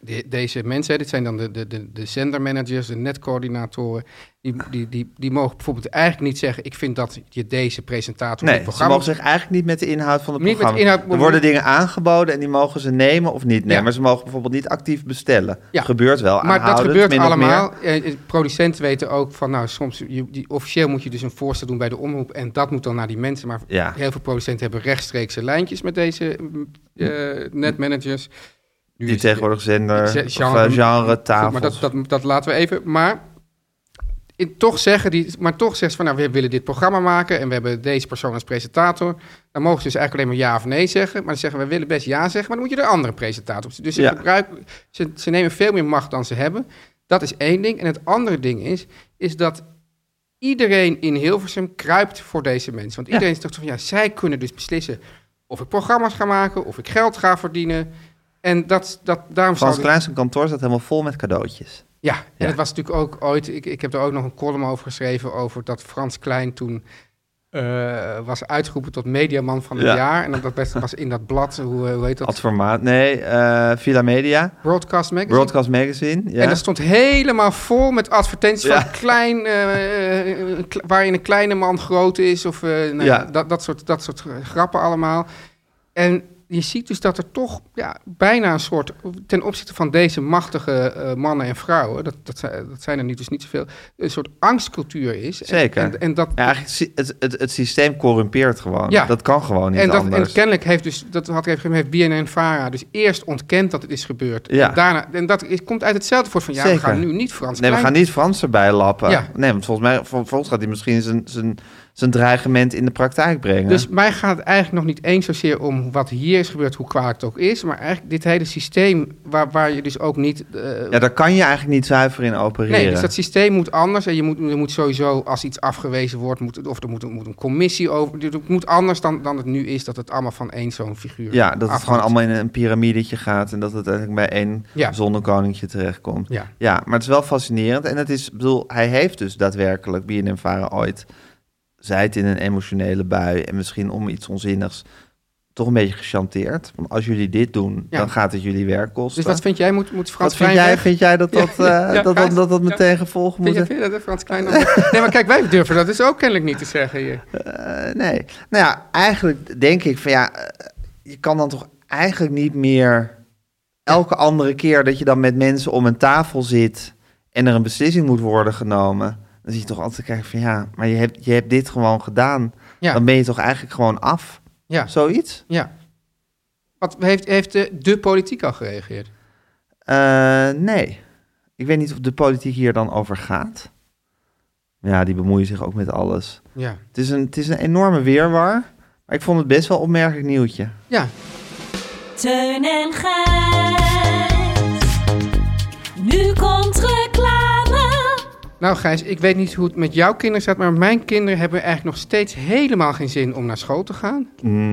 deze mensen, dit zijn dan de zendermanagers, de netcoördinatoren, die mogen bijvoorbeeld eigenlijk niet zeggen, ik vind dat je deze presentator... Nee, ze mogen zich eigenlijk niet met de inhoud van het programma... Er worden dingen aangeboden en die mogen ze nemen of niet nemen. Maar ze mogen bijvoorbeeld niet actief bestellen. Ja. Dat gebeurt wel. Maar dat gebeurt allemaal. Producenten weten ook van, nou, soms officieel moet je dus een voorstel doen bij de omroep en dat moet dan naar die mensen. Maar heel veel producenten hebben rechtstreekse lijntjes met deze netmanagers. Die tegenwoordig genre tafels. Maar dat laten we even. Maar toch zeggen ze van, nou, we willen dit programma maken en we hebben deze persoon als presentator. Dan mogen ze dus eigenlijk alleen maar ja of nee zeggen. Maar dan zeggen we willen best ja zeggen, maar dan moet je er andere presentator op. Dus ze nemen veel meer macht dan ze hebben. Dat is één ding. En het andere ding is dat iedereen in Hilversum kruipt voor deze mensen. Want iedereen is toch van, zij kunnen dus beslissen of ik programma's ga maken, of ik geld ga verdienen. En daarom Frans Klein zijn kantoor staat helemaal vol met cadeautjes. Ja, en het was natuurlijk ook ooit... Ik heb er ook nog een column over geschreven... over dat Frans Klein toen was uitgeroepen tot mediaman van het jaar. En dat was in dat blad, hoe heet dat? Adformaat, Villa Media. Broadcast Magazine, ja. En dat stond helemaal vol met advertenties van klein... waarin een kleine man groot is. Of dat soort grappen allemaal. En... je ziet dus dat er toch bijna een soort... ten opzichte van deze machtige mannen en vrouwen... dat zijn er dus niet zoveel... een soort angstcultuur is. Zeker. En dat, eigenlijk het systeem corrumpeert gewoon. Ja. Dat kan gewoon niet anders. En kennelijk heeft BNN-Vara dus eerst ontkend dat het is gebeurd. Ja. En dat komt uit hetzelfde voort van... we gaan nu niet Frans Klein... we gaan niet Frans erbij lappen. Ja. Nee, want volgens gaat hij misschien zijn dreigement in de praktijk brengen. Dus mij gaat het eigenlijk nog niet eens zozeer om wat hier is gebeurd, hoe kwalijk het ook is, maar eigenlijk dit hele systeem waar je dus ook niet... daar kan je eigenlijk niet zuiver in opereren. Nee, dus dat systeem moet anders en je moet sowieso, als iets afgewezen wordt, er moet een commissie over... Het moet anders dan het nu is, dat het allemaal van één zo'n figuur Ja, dat het gewoon allemaal in een piramidetje gaat en dat het eigenlijk bij één zonnekoninkje terechtkomt. Ja, maar het is wel fascinerend en het is, hij heeft dus daadwerkelijk BNN-Vara ooit... zij het in een emotionele bui en misschien om iets onzinnigs toch een beetje gechanteerd. Want als jullie dit doen, dan gaat het jullie werk kosten. Dus wat vind jij, moet Frans Klein weg? Vind jij dat meteen gevolgen moet? Vind je dat Frans Klein nee, maar kijk, wij durven dat dus ook kennelijk niet te zeggen hier. Nee. Nou ja, eigenlijk denk ik van je kan dan toch eigenlijk niet meer elke andere keer dat je dan met mensen om een tafel zit en er een beslissing moet worden genomen... dan zie je toch altijd kijken van maar je hebt dit gewoon gedaan. Ja. Dan ben je toch eigenlijk gewoon af? Ja. Zoiets? Ja. Wat heeft de politiek al gereageerd? Nee. Ik weet niet of de politiek hier dan over gaat. Ja, die bemoeien zich ook met alles. Ja. Het is een enorme weerwar. Maar ik vond het best wel een opmerkelijk nieuwtje. Ja. Teun en Gijs. Nu komt reclame. Nou Gijs, ik weet niet hoe het met jouw kinderen staat... maar mijn kinderen hebben eigenlijk nog steeds helemaal geen zin om naar school te gaan.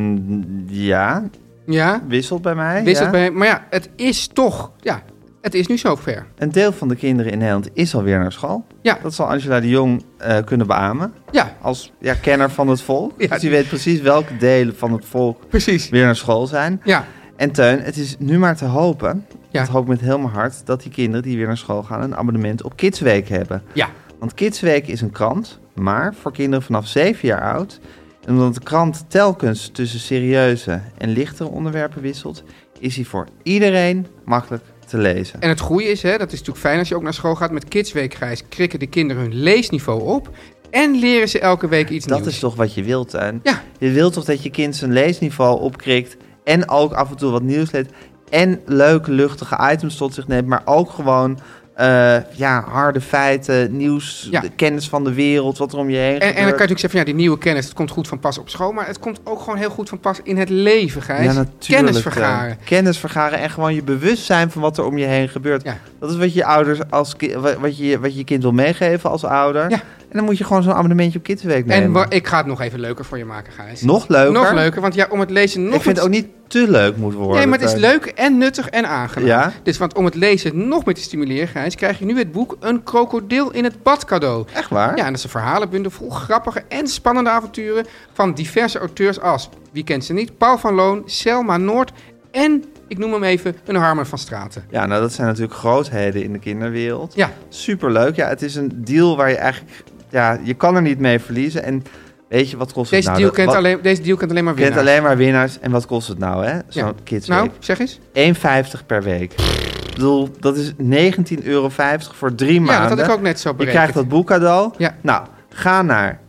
Ja. Wisselt bij mij. Bij mij. Maar het is toch... het is nu zover. Een deel van de kinderen in Nederland is alweer naar school. Ja. Dat zal Angela de Jong kunnen beamen. Ja. Als kenner van het volk. Ja. Dus die weet precies welke delen van het volk weer naar school zijn. Ja. En Teun, het is nu maar te hopen... dat hoop ik met heel mijn hart... dat die kinderen die weer naar school gaan... een abonnement op Kidsweek hebben. Ja. Want Kidsweek is een krant... maar voor kinderen vanaf 7 jaar oud... en omdat de krant telkens tussen serieuze... en lichtere onderwerpen wisselt... is hij voor iedereen makkelijk te lezen. En het goede is, dat is natuurlijk fijn als je ook naar school gaat... met Kidsweek, Gijs, krikken de kinderen hun leesniveau op... en leren ze elke week iets nieuws. Dat is toch wat je wilt, Teun? Ja. Je wilt toch dat je kind zijn leesniveau opkrikt... en ook af en toe wat nieuws leest... en leuke, luchtige items tot zich neemt... maar ook gewoon harde feiten, nieuws, kennis van de wereld... wat er om je heen gebeurt. En dan kan je natuurlijk zeggen... die nieuwe kennis, het komt goed van pas op school... maar het komt ook gewoon heel goed van pas in het leven, Gijs. Ja, natuurlijk. Kennis vergaren. Kennis vergaren en gewoon je bewustzijn... van wat er om je heen gebeurt. Ja. Dat is wat je ouders wat je kind wil meegeven als ouder... Ja. En dan moet je gewoon zo'n abonnementje op Kidsweek nemen. En ik ga het nog even leuker voor je maken, Gijs. Nog leuker? Nog leuker, want om het lezen nog... Ik vind het ook niet te leuk moet worden. Nee, maar het is leuk en nuttig en aangenaam. Ja? Dus want om het lezen nog meer te stimuleren, Gijs... krijg je nu het boek Een krokodil in het bad cadeau. Echt waar? Ja, en dat is een verhalenbundel vol grappige en spannende avonturen... van diverse auteurs als, wie kent ze niet... Paul van Loon, Selma Noord en Ik noem hem even een Harmen van Straten. Ja, nou dat zijn natuurlijk grootheden in de kinderwereld. Ja. Superleuk. Ja, het is een deal waar je eigenlijk... Ja, je kan er niet mee verliezen. En weet je, wat kost het nou? Deze deal kent alleen maar winnaars. Kent alleen maar winnaars. En wat kost het nou, hè? Zo'n kidsweek. Nou, zeg eens. 1,50 per week. Ik bedoel, dat is €19,50 voor 3 maanden. Ja, dat had ik ook net zo berekend. Je krijgt dat boek cadeau. Ja. Nou, ga naar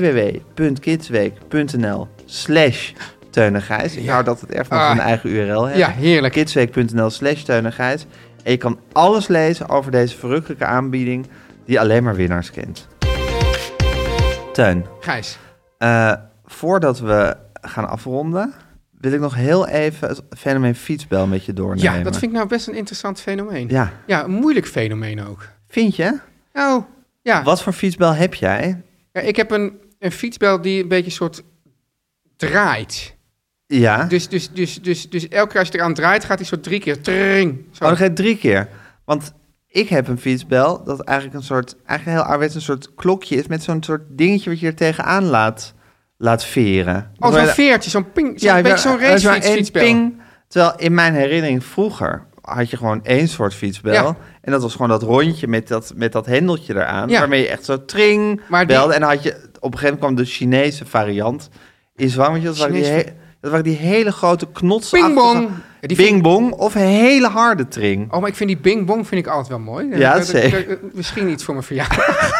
www.kidsweek.nl/Teun en Gijs. Ik hou dat het echt van een eigen URL hebben. Ja, heerlijk. Kidsweek.nl/Teun en Gijs. En je kan alles lezen over deze verrukkelijke aanbieding die alleen maar winnaars kent. Teun. Gijs. Voordat we gaan afronden, wil ik nog heel even het fenomeen fietsbel met je doornemen. Ja, dat vind ik nou best een interessant fenomeen. Ja, een moeilijk fenomeen ook. Vind je? Nou, ja. Wat voor fietsbel heb jij? Ja, ik heb een fietsbel die een beetje soort draait. Ja. Dus elke keer als je eraan draait, gaat hij zo 3 keer. Tring, zo. Oh, dan gaat het 3 keer. Want ik heb een fietsbel dat eigenlijk heel ouderwets een soort klokje is met zo'n soort dingetje wat je er tegenaan laat veren. Oh, zo'n veertje, zo'n ping, zo'n racefietsbel. Ping. Terwijl in mijn herinnering vroeger had je gewoon 1 soort fietsbel. Ja. En dat was gewoon dat rondje met dat hendeltje eraan. Ja. Waarmee je echt zo tring belde. En dan had je, op een gegeven moment kwam de Chinese variant in zwang. Want dat waren die hele grote knotsachtige... Bing-bong. Bing-bong of een hele harde tring. Oh, maar ik vind die bing-bong altijd wel mooi. Ja, zeker. Misschien iets voor mijn verjaardag.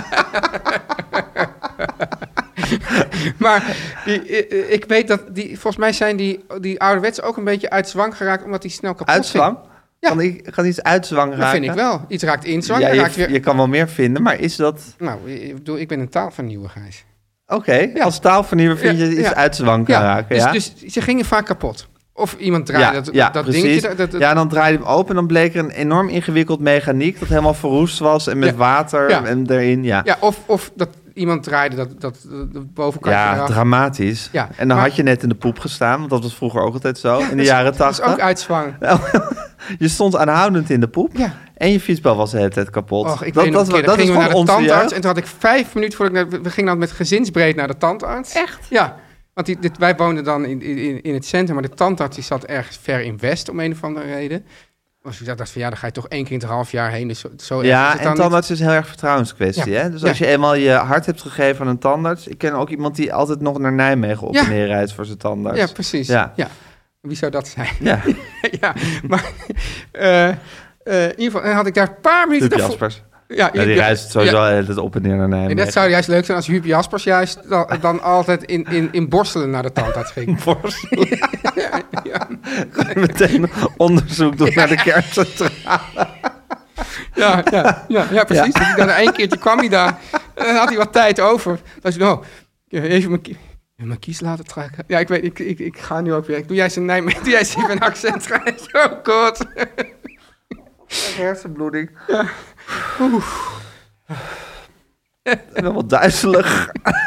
Maar ik weet dat volgens mij zijn die ouderwets ook een beetje uit zwang geraakt, omdat die snel kapot Uitzwang? Ja. Kan iets uit zwang raken? Dat vind ik wel. Iets raakt in zwang. Ja, je kan wel meer vinden, maar is dat... Nou, ik ben een taalvernieuwer, Gijs. Oké, als taalvernieuwer vind je iets uit zwang kan raken, ja? Dus ze gingen vaak kapot. Of iemand draaide dat dingetje. Ja, dan draaide hem open en dan bleek er een enorm ingewikkeld mechaniek dat helemaal verroest was en met water en erin, Ja, of dat iemand draaide dat bovenkantje eraf. Ja, dramatisch. Ja, en dan had je net in de poep gestaan, want dat was vroeger ook altijd zo, in de jaren 80. Dat is ook uitzwang. Je stond aanhoudend in de poep en je fietsbel was de hele tijd kapot. Och, dat gingen we naar de tandarts en toen had ik 5 minuten voordat we gingen dan met gezinsbreed naar de tandarts. Echt? Ja. Want wij woonden dan in het centrum, maar de tandarts die zat ergens ver in West om een of andere reden. Dus ik dacht van dan ga je toch 1 keer in het ½ jaar heen. Dus zo ja, en tandarts is heel erg vertrouwenskwestie. Hè? Dus als je eenmaal je hart hebt gegeven aan een tandarts. Ik ken ook iemand die altijd nog naar Nijmegen op en neer rijdt voor zijn tandarts. Ja, precies. Ja. Wie zou dat zijn? Ja, maar in ieder geval had ik daar een paar minuten daarvoor... Jaspers. Ja, die reist sowieso het op en neer naar Nijmegen. En dat zou juist leuk zijn als Huub Jaspers juist dan altijd in Borselen naar de tandarts ging. Borselen? Ja. Meteen onderzoek doen naar de kerncentrale. Ja, precies. Ja. Dan 1 keertje kwam hij daar en dan had hij wat tijd over. Dan zei hij, even mijn kies laten trekken. Ja, ik weet, ik ga nu ook weer. Doe jij zijn Nijmegen, doe jij eens even een accent. Oh god. Hersenbloeding. Ja. En wat duizelig.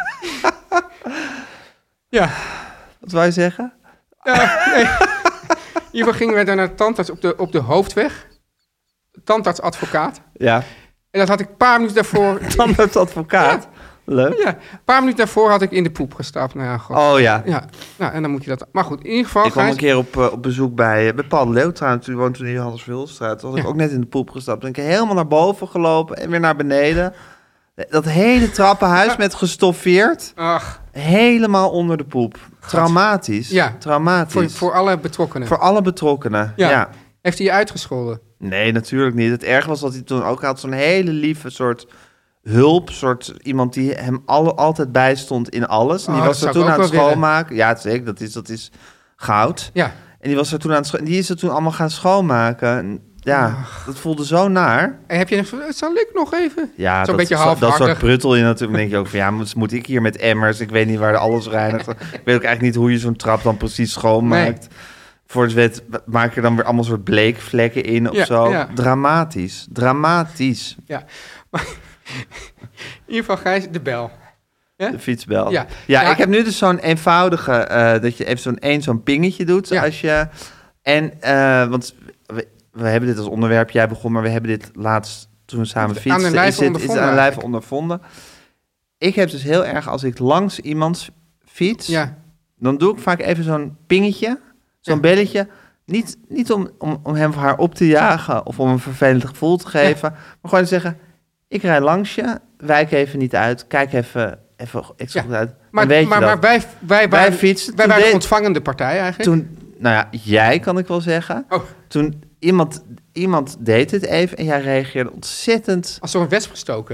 Ja. Wat wou je zeggen? Nee. In ieder geval gingen we daar naar de tandarts op de Hoofdweg. Tandartsadvocaat. Ja. En dat had ik een paar minuten daarvoor... Tandartsadvocaat? Ja. Leuk. Ja, een paar minuten daarvoor had ik in de poep gestapt. Nou ja, god. Oh ja. Nou, en dan moet je dat... Maar goed, in ieder geval... Ik kwam een keer op bezoek bij Paul de Leeuw trouwens. Die woont toen in de Johannes-Wilstraat. Toen had ik ook net in de poep gestapt. Toen ben ik helemaal naar boven gelopen en weer naar beneden. Dat hele trappenhuis met gestoffeerd. Ach. Helemaal onder de poep. Traumatisch. Ja. Traumatisch. Voor alle betrokkenen. Voor alle betrokkenen, ja. Heeft hij je uitgescholden? Nee, natuurlijk niet. Het erg was dat hij toen ook had zo'n hele lieve soort... hulp, soort iemand die hem altijd bijstond in alles. En die was er toen aan het schoonmaken. Ja, zeker, dat is goud. Ja. En die was er toen die is er toen allemaal gaan schoonmaken. En ja, dat voelde zo naar. En heb je zal ik nog even? Ja, zo'n beetje halfhartig. Dat soort pruttel je natuurlijk. Dan denk je ook van, ja, moet ik hier met emmers? Ik weet niet waar alles reinigt. Ik weet ook eigenlijk niet hoe je zo'n trap dan precies schoonmaakt. Nee. Voor het wet maak je dan weer allemaal soort bleekvlekken in of zo. Ja. Dramatisch. Ja, maar... In ieder geval, Gijs, de bel. Ja? De fietsbel. Ja, ik heb nu dus zo'n eenvoudige... dat je even zo'n pingetje doet. Ja. Als je, en, want we hebben dit als onderwerp. Jij begon, maar we hebben dit laatst toen we samen fietsten. Is aan de lijve ondervonden. Ik heb dus heel erg, als ik langs iemands fiets... dan doe ik vaak even zo'n pingetje, zo'n belletje... Niet om hem of haar op te jagen of om een vervelend gevoel te geven, maar gewoon te zeggen, ik rij langs je, wijk even niet uit, kijk even extra goed uit. Maar wij fietsen. Wij waren de ontvangende partij eigenlijk. Toen, jij kan ik wel zeggen. Oh. Toen iemand deed het even en jij reageerde ontzettend... Als door een wesp gestoken.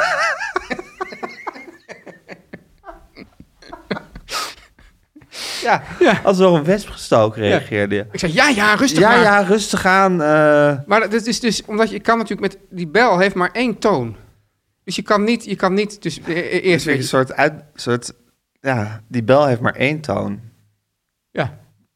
Als door een wesp gestoken reageerde je. Ik zei, ja, rustig aan. Ja, rustig aan. Maar dat is dus, omdat je kan natuurlijk met... Die bel heeft maar 1 toon. Dus je kan niet dus eerst... Die bel heeft maar 1 toon. Ja.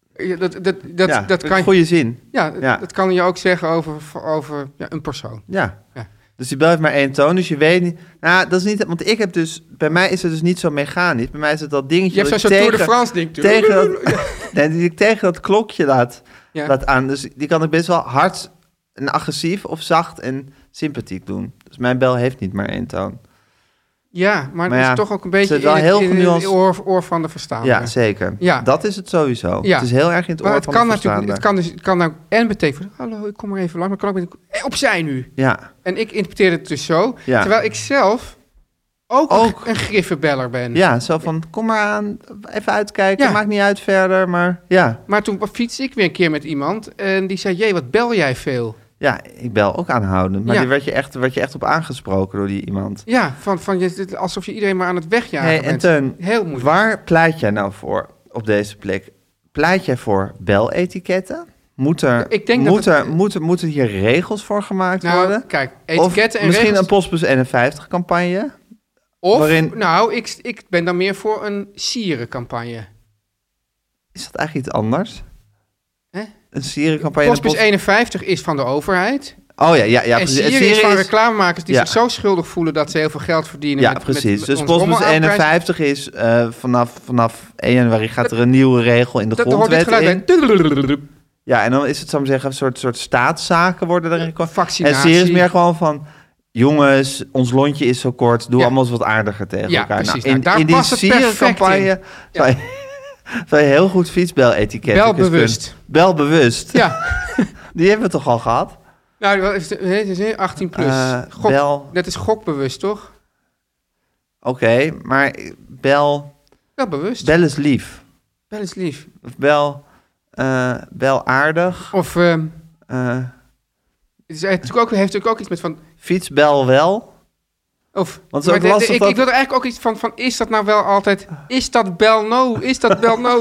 Dat kan je... Goeie zin. Ja, dat kan je ook zeggen over een persoon. Ja. Dus die bel heeft maar 1 toon, dus je weet niet... Nou, dat is niet... Want ik heb dus... Bij mij is het dus niet zo mechanisch. Bij mij is het dat dingetje... Je hebt zo'n Tour de France ding. Die ik tegen dat klokje laat aan. Dus die kan ik best wel hard en agressief of zacht en sympathiek doen. Dus mijn bel heeft niet maar 1 toon. Ja, maar dat is toch ook een beetje in het oor van de verstaander. Ja, zeker. Ja. Dat is het sowieso. Ja. Het is heel erg in het oor van de verstaander. Het kan nou en betekenen, hallo, ik kom maar even langs, maar kan ook opzij nu. Ja. En ik interpreteer het dus zo, terwijl ik zelf ook een griffenbeller ben. Ja, zo van, kom maar aan, even uitkijken, maakt niet uit verder, maar ja. Maar toen fietste ik weer een keer met iemand en die zei, jee, wat bel jij veel? Ja, ik bel ook aanhoudend. Maar die werd je echt op aangesproken door die iemand. Ja, alsof je iedereen maar aan het wegjagen bent. En Teun, heel moeilijk. Waar pleit jij nou voor op deze plek? Pleit jij voor beletiketten? Moeten hier regels voor gemaakt worden? Kijk, etiketten en misschien regels... een Postbus 51 campagne? Of, ik ben dan meer voor een sierencampagne. Is dat eigenlijk iets anders? Hè? Een sierencampagne. Postbus 51 is van de overheid. Oh ja. En sieren is van reclamemakers die zich zo schuldig voelen dat ze heel veel geld verdienen. Ja, precies. Dus Postbus 51 is vanaf 1 januari gaat er een nieuwe regel in de grondwet in. Ja, en dan is het, zou ik zeggen, een soort staatszaken worden erin. Vaccinatie. En sieren is meer gewoon van... Jongens, ons lontje is zo kort. Doe allemaal eens wat aardiger tegen elkaar. Precies. Nou, in die sierencampagne zou je heel goed fietsbel-etiketten Belbewust. Ja. Die hebben we toch al gehad? Nou, het is 18 plus. Dat is gokbewust, toch? Oké, maar bewust. Bel is lief. Bel is lief. Of bel aardig. Of... Het heeft natuurlijk ook iets met van... Fietsbel wel. Of... Want ik wil er eigenlijk ook iets van... Is dat nou wel altijd... Is dat bel nodig? Is dat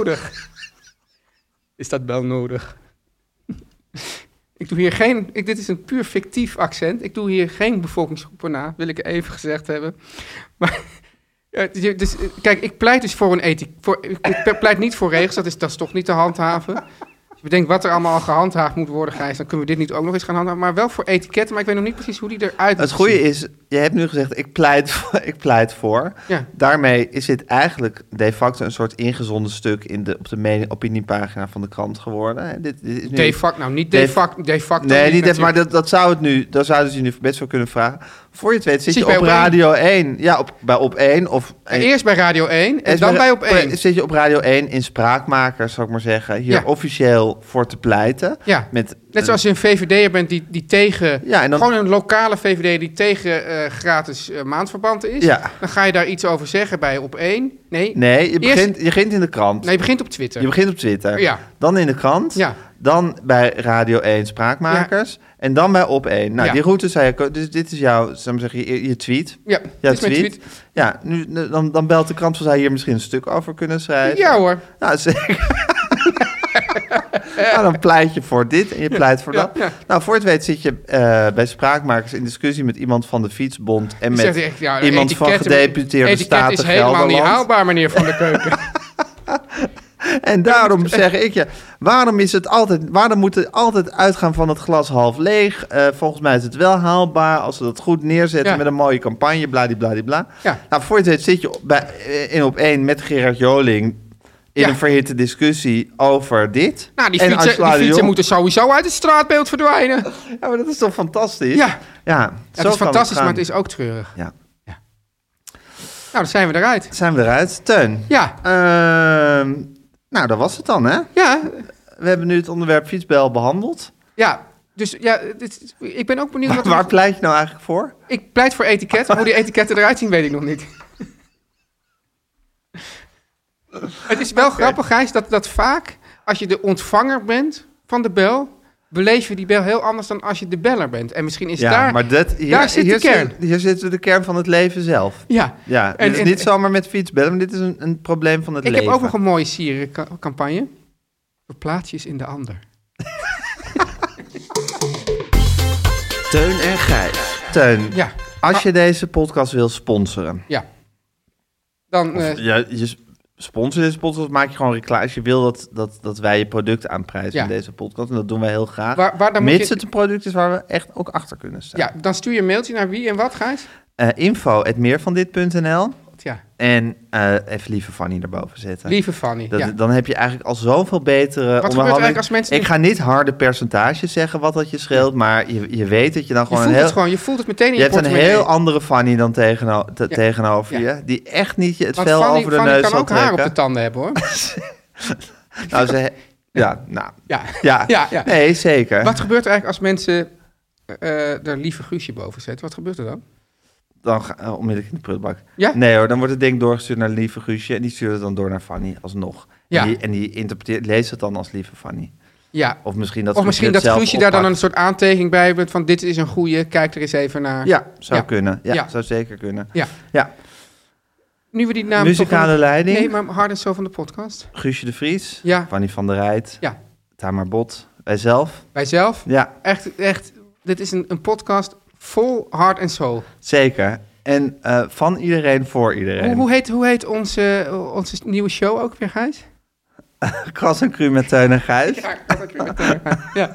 bel nodig? Ik doe hier geen... dit is een puur fictief accent. Ik doe hier geen bevolkingsgroepen na. Wil ik even gezegd hebben. Maar... dus, kijk, ik pleit dus voor ik pleit niet voor regels. Dat is toch niet te handhaven. Je bedenkt wat er allemaal al gehandhaafd moet worden, Gijs, dan kunnen we dit niet ook nog eens gaan handhaven. Maar wel voor etiketten, maar ik weet nog niet precies hoe die eruit Het goede is, je hebt nu gezegd, ik pleit voor. Ja. Daarmee is dit eigenlijk de facto een soort ingezonden stuk op de opiniepagina van de krant geworden. Dit is nu, de facto. Nee, maar dat zou het nu, daar zouden ze je nu best wel kunnen vragen. Voor je het weet zit je op Radio 1. Ja, bij Op 1. Eerst bij Radio 1 en dan bij Op 1. Zit je op Radio 1 in Spraakmakers, zou ik maar zeggen, hier officieel voor te pleiten. Ja, net zoals je een VVD'er bent die tegen... Ja, en dan, gewoon een lokale VVD die tegen gratis maandverband is. Ja. Dan ga je daar iets over zeggen bij Op 1. Nee, je begint in de krant. Nee, je begint op Twitter. Ja. Dan in de krant. Ja. Dan bij Radio 1 Spraakmakers. Ja. En dan bij Op 1. Nou, die route zei ik... Dus dit is jouw, zou ik zeggen, je tweet. Ja, dit is mijn tweet. Ja, dan belt de krant, zou hier misschien een stuk over kunnen schrijven. Ja hoor. Nou, zeker. Nou, dan pleit je voor dit en je pleit voor dat. Ja. Nou, voor het weet zit je bij Spraakmakers in discussie met iemand van de Fietsbond... en met iemand van gedeputeerde Staten Gelderland. Is helemaal niet haalbaar, meneer Van der Keuken. En daarom zeg ik je, waarom moet het altijd uitgaan van het glas half leeg? Volgens mij is het wel haalbaar als we dat goed neerzetten met een mooie campagne, bladibladibla. Ja. Nou, voor je het weet zit je in Op 1 met Gerard Joling in een verhitte discussie over dit. Nou, die fietsen moeten sowieso uit het straatbeeld verdwijnen. Ja, maar dat is toch fantastisch? Ja, het is fantastisch, maar het is ook treurig. Ja. Nou, dan zijn we eruit. Teun. Ja. Nou, dat was het dan, hè? Ja. we hebben nu het onderwerp fietsbel behandeld. Ja, dus ja, ik ben ook benieuwd... Waar pleit je nou eigenlijk voor? Ik pleit voor etiket. Hoe die etiketten eruit zien, weet ik nog niet. Het is wel grappig, Gijs, dat vaak als je de ontvanger bent van de bel, beleef je die bel heel anders dan als je de beller bent. En misschien is daar zit de kern. Hier zit de kern van het leven zelf. Ja. Dit is niet zomaar met fietsbellen, maar dit is een probleem van het leven. Ik heb ook nog een mooie sierencampagne. Verplaats je eens in de ander. Teun en Gijs. Teun, als je deze podcast wil sponsoren. Ja. Dan... je sponsor deze podcast, maak je gewoon reclame. Als je wil dat wij je product aanprijzen in deze podcast. En dat doen wij heel graag. Mits het een product is waar we echt ook achter kunnen staan. Ja, dan stuur je een mailtje naar wie en wat, Gijs? info@meervandit.nl. Ja. En even Lieve Fanny erboven zetten. Lieve Fanny, Dan heb je eigenlijk al zoveel betere onderhandeling. Als mensen... Ik ga niet harde percentages zeggen wat dat je scheelt, maar je weet dat je dan gewoon je voelt het meteen in je portemonnee. Je hebt een heel andere Fanny dan tegenover je, die echt niet het vel over de neus zal trekken. Fanny kan ook haar op de tanden hebben, hoor. Nee, zeker. Wat gebeurt er eigenlijk als mensen er Lieve Guusje boven zetten? Wat gebeurt er dan? Dan onmiddellijk in de prullenbak. Ja? Nee hoor, dan wordt het ding doorgestuurd naar Lieve Guusje en die stuurt het dan door naar Fanny alsnog. Ja. En die leest het dan als Lieve Fanny. Ja. Of misschien dat Guusje daar dan een soort aantekening bij heeft van dit is een goeie, kijk er eens even naar. Ja, zou kunnen. Ja, zou zeker kunnen. Ja. Nu we die naam... Muzikale leiding. Nee, maar hard en zo van de podcast. Guusje de Vries. Ja. Fanny van der Rijt. Ja. Tamar Bot. Wijzelf. Ja. Echt. Dit is een podcast vol hart en soul. Zeker. En van iedereen voor iedereen. Hoe heet onze nieuwe show ook weer, Gijs? Kras en Cru met Teun en Gijs. Ja, Kras en Cru met Teun en Gijs. Ja.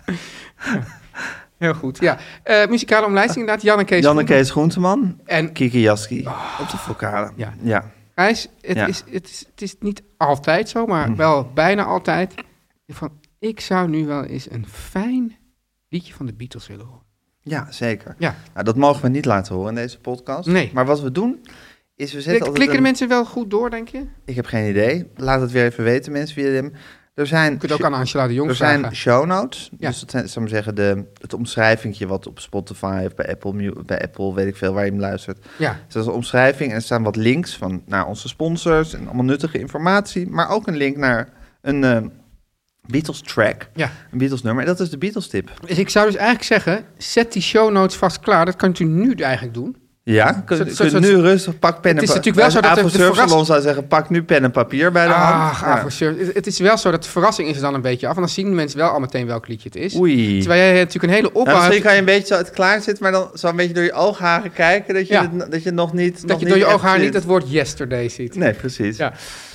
Heel goed, ja. Muzikale omlijsting inderdaad. Jan en Kees Groenteman. En Kiki Jaski op de vocalen. Ja. Gijs, het is niet altijd zo, maar wel bijna altijd. Ik zou nu wel eens een fijn liedje van de Beatles willen horen. Ja, zeker. Ja. Nou, dat mogen we niet laten horen in deze podcast. Nee. Maar wat we doen, is we zetten Klikken de mensen wel goed door, denk je? Ik heb geen idee. Laat het weer even weten, mensen, via hem. Je kunt ook aan Angela de Jong vragen. zijn show notes. Ja. Dus dat zijn, zou ik zeggen, het omschrijvingje wat op Spotify of bij Apple, weet ik veel, waar je hem luistert. Ja. Dus dat is een omschrijving en er staan wat links naar onze sponsors en allemaal nuttige informatie. Maar ook een link naar een Beatles track, een Beatles nummer. En dat is de Beatles tip. Dus ik zou dus eigenlijk zeggen, zet die show notes vast klaar. Dat kunt u nu eigenlijk doen. Ja, kun nu rustig, pak pen en papier. Het is natuurlijk wel zo dat de verrassing zou zeggen, pak nu pen en papier bij de hand. Het is wel zo dat de verrassing is er dan een beetje af. En dan zien mensen wel al meteen welk liedje het is. Oei. Terwijl jij natuurlijk een hele opbouw misschien kan je een beetje zo het klaar zitten, maar dan zo een beetje door je oogharen kijken, dat je nog niet... Dat je door je oogharen niet het woord yesterday ziet. Nee, precies. Ja.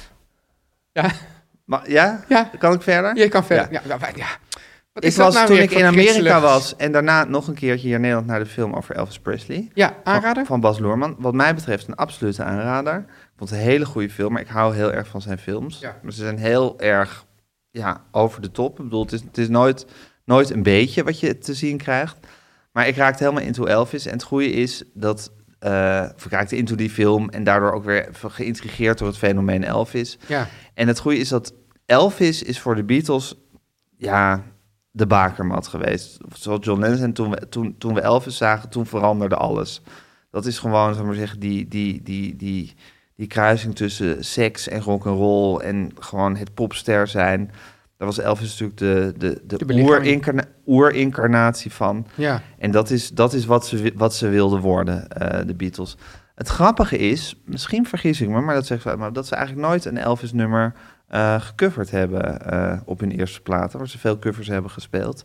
Maar, ja? Kan ik verder? Je kan verder. Ja. Toen ik in Amerika was en daarna nog een keertje hier in Nederland naar de film over Elvis Presley. Ja, aanrader? Van Bas Luhrmann. Wat mij betreft een absolute aanrader. Ik vond het een hele goede film, maar ik hou heel erg van zijn films. Ja. Maar ze zijn heel erg over de top. Ik bedoel, het is nooit een beetje wat je te zien krijgt. Maar ik raakte helemaal into Elvis. En het goede is dat... ik raakte into die film en daardoor ook weer geïntrigeerd door het fenomeen Elvis. Ja. En het goede is dat Elvis is voor de Beatles de bakermat geweest. Zoals John Lennon en toen we Elvis zagen, toen veranderde alles. Dat is gewoon, zal ik maar zeggen, die kruising tussen seks en rock'n'roll en gewoon het popster zijn. Daar was Elvis natuurlijk de oerincarnatie van. Ja. En dat is wat ze wilden worden, de Beatles. Het grappige is, misschien vergis ik me, maar dat zegt maar dat ze eigenlijk nooit een Elvis-nummer gecoverd hebben op hun eerste platen, waar ze veel covers hebben gespeeld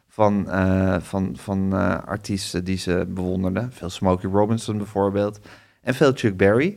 van artiesten die ze bewonderden. Veel Smokey Robinson bijvoorbeeld en veel Chuck Berry.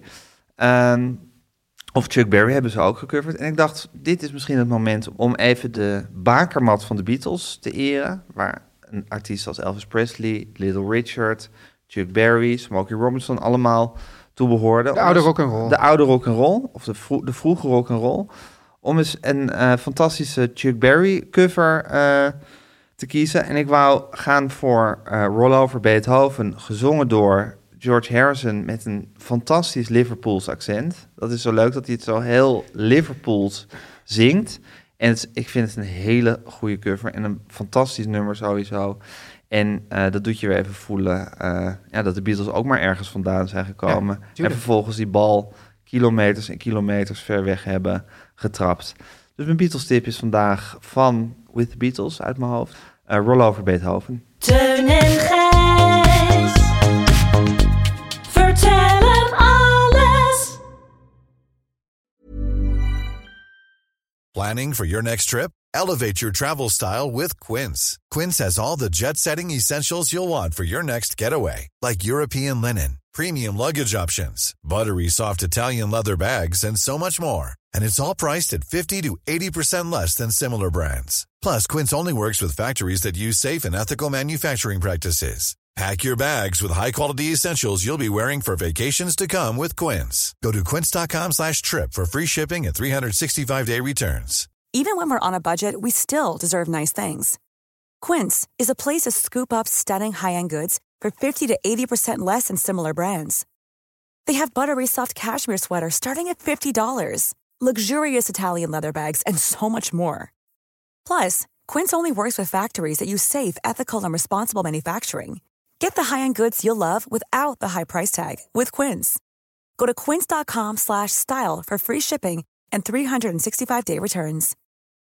Of Chuck Berry hebben ze ook gecoverd. En ik dacht, dit is misschien het moment om even de bakermat van de Beatles te eren, waar een artiest als Elvis Presley, Little Richard, Chuck Berry, Smokey Robinson allemaal toe behoorden. De oude rock'n'roll. De oude rock'n'roll, of de vroege rock'n'roll. Om eens een fantastische Chuck Berry cover te kiezen. En ik wou gaan voor Roll Over Beethoven, gezongen door George Harrison met een fantastisch Liverpools accent. Dat is zo leuk dat hij het zo heel Liverpools zingt. En ik vind het een hele goede cover en een fantastisch nummer sowieso. En dat doet je weer even voelen dat de Beatles ook maar ergens vandaan zijn gekomen. En vervolgens die bal kilometers en kilometers ver weg hebben getrapt. Dus mijn Beatles tip is vandaag van With the Beatles uit mijn hoofd. Roll Over Beethoven. Teun en Gijs. Vertel hem alles. Planning for your next trip? Elevate your travel style with Quince. Quince has all the jet-setting essentials you'll want for your next getaway, like European linen, premium luggage options, buttery soft Italian leather bags, and so much more. And it's all priced at 50 to 80% less than similar brands. Plus, Quince only works with factories that use safe and ethical manufacturing practices. Pack your bags with high-quality essentials you'll be wearing for vacations to come with Quince. Go to quince.com/trip for free shipping and 365-day returns. Even when we're on a budget, we still deserve nice things. Quince is a place to scoop up stunning high-end goods for 50 to 80% less than similar brands. They have buttery soft cashmere sweaters starting at $50, luxurious Italian leather bags, and so much more. Plus, Quince only works with factories that use safe, ethical, and responsible manufacturing. Get the high-end goods you'll love without the high price tag with Quince. Go to quince.com/style for free shipping and 365-day returns.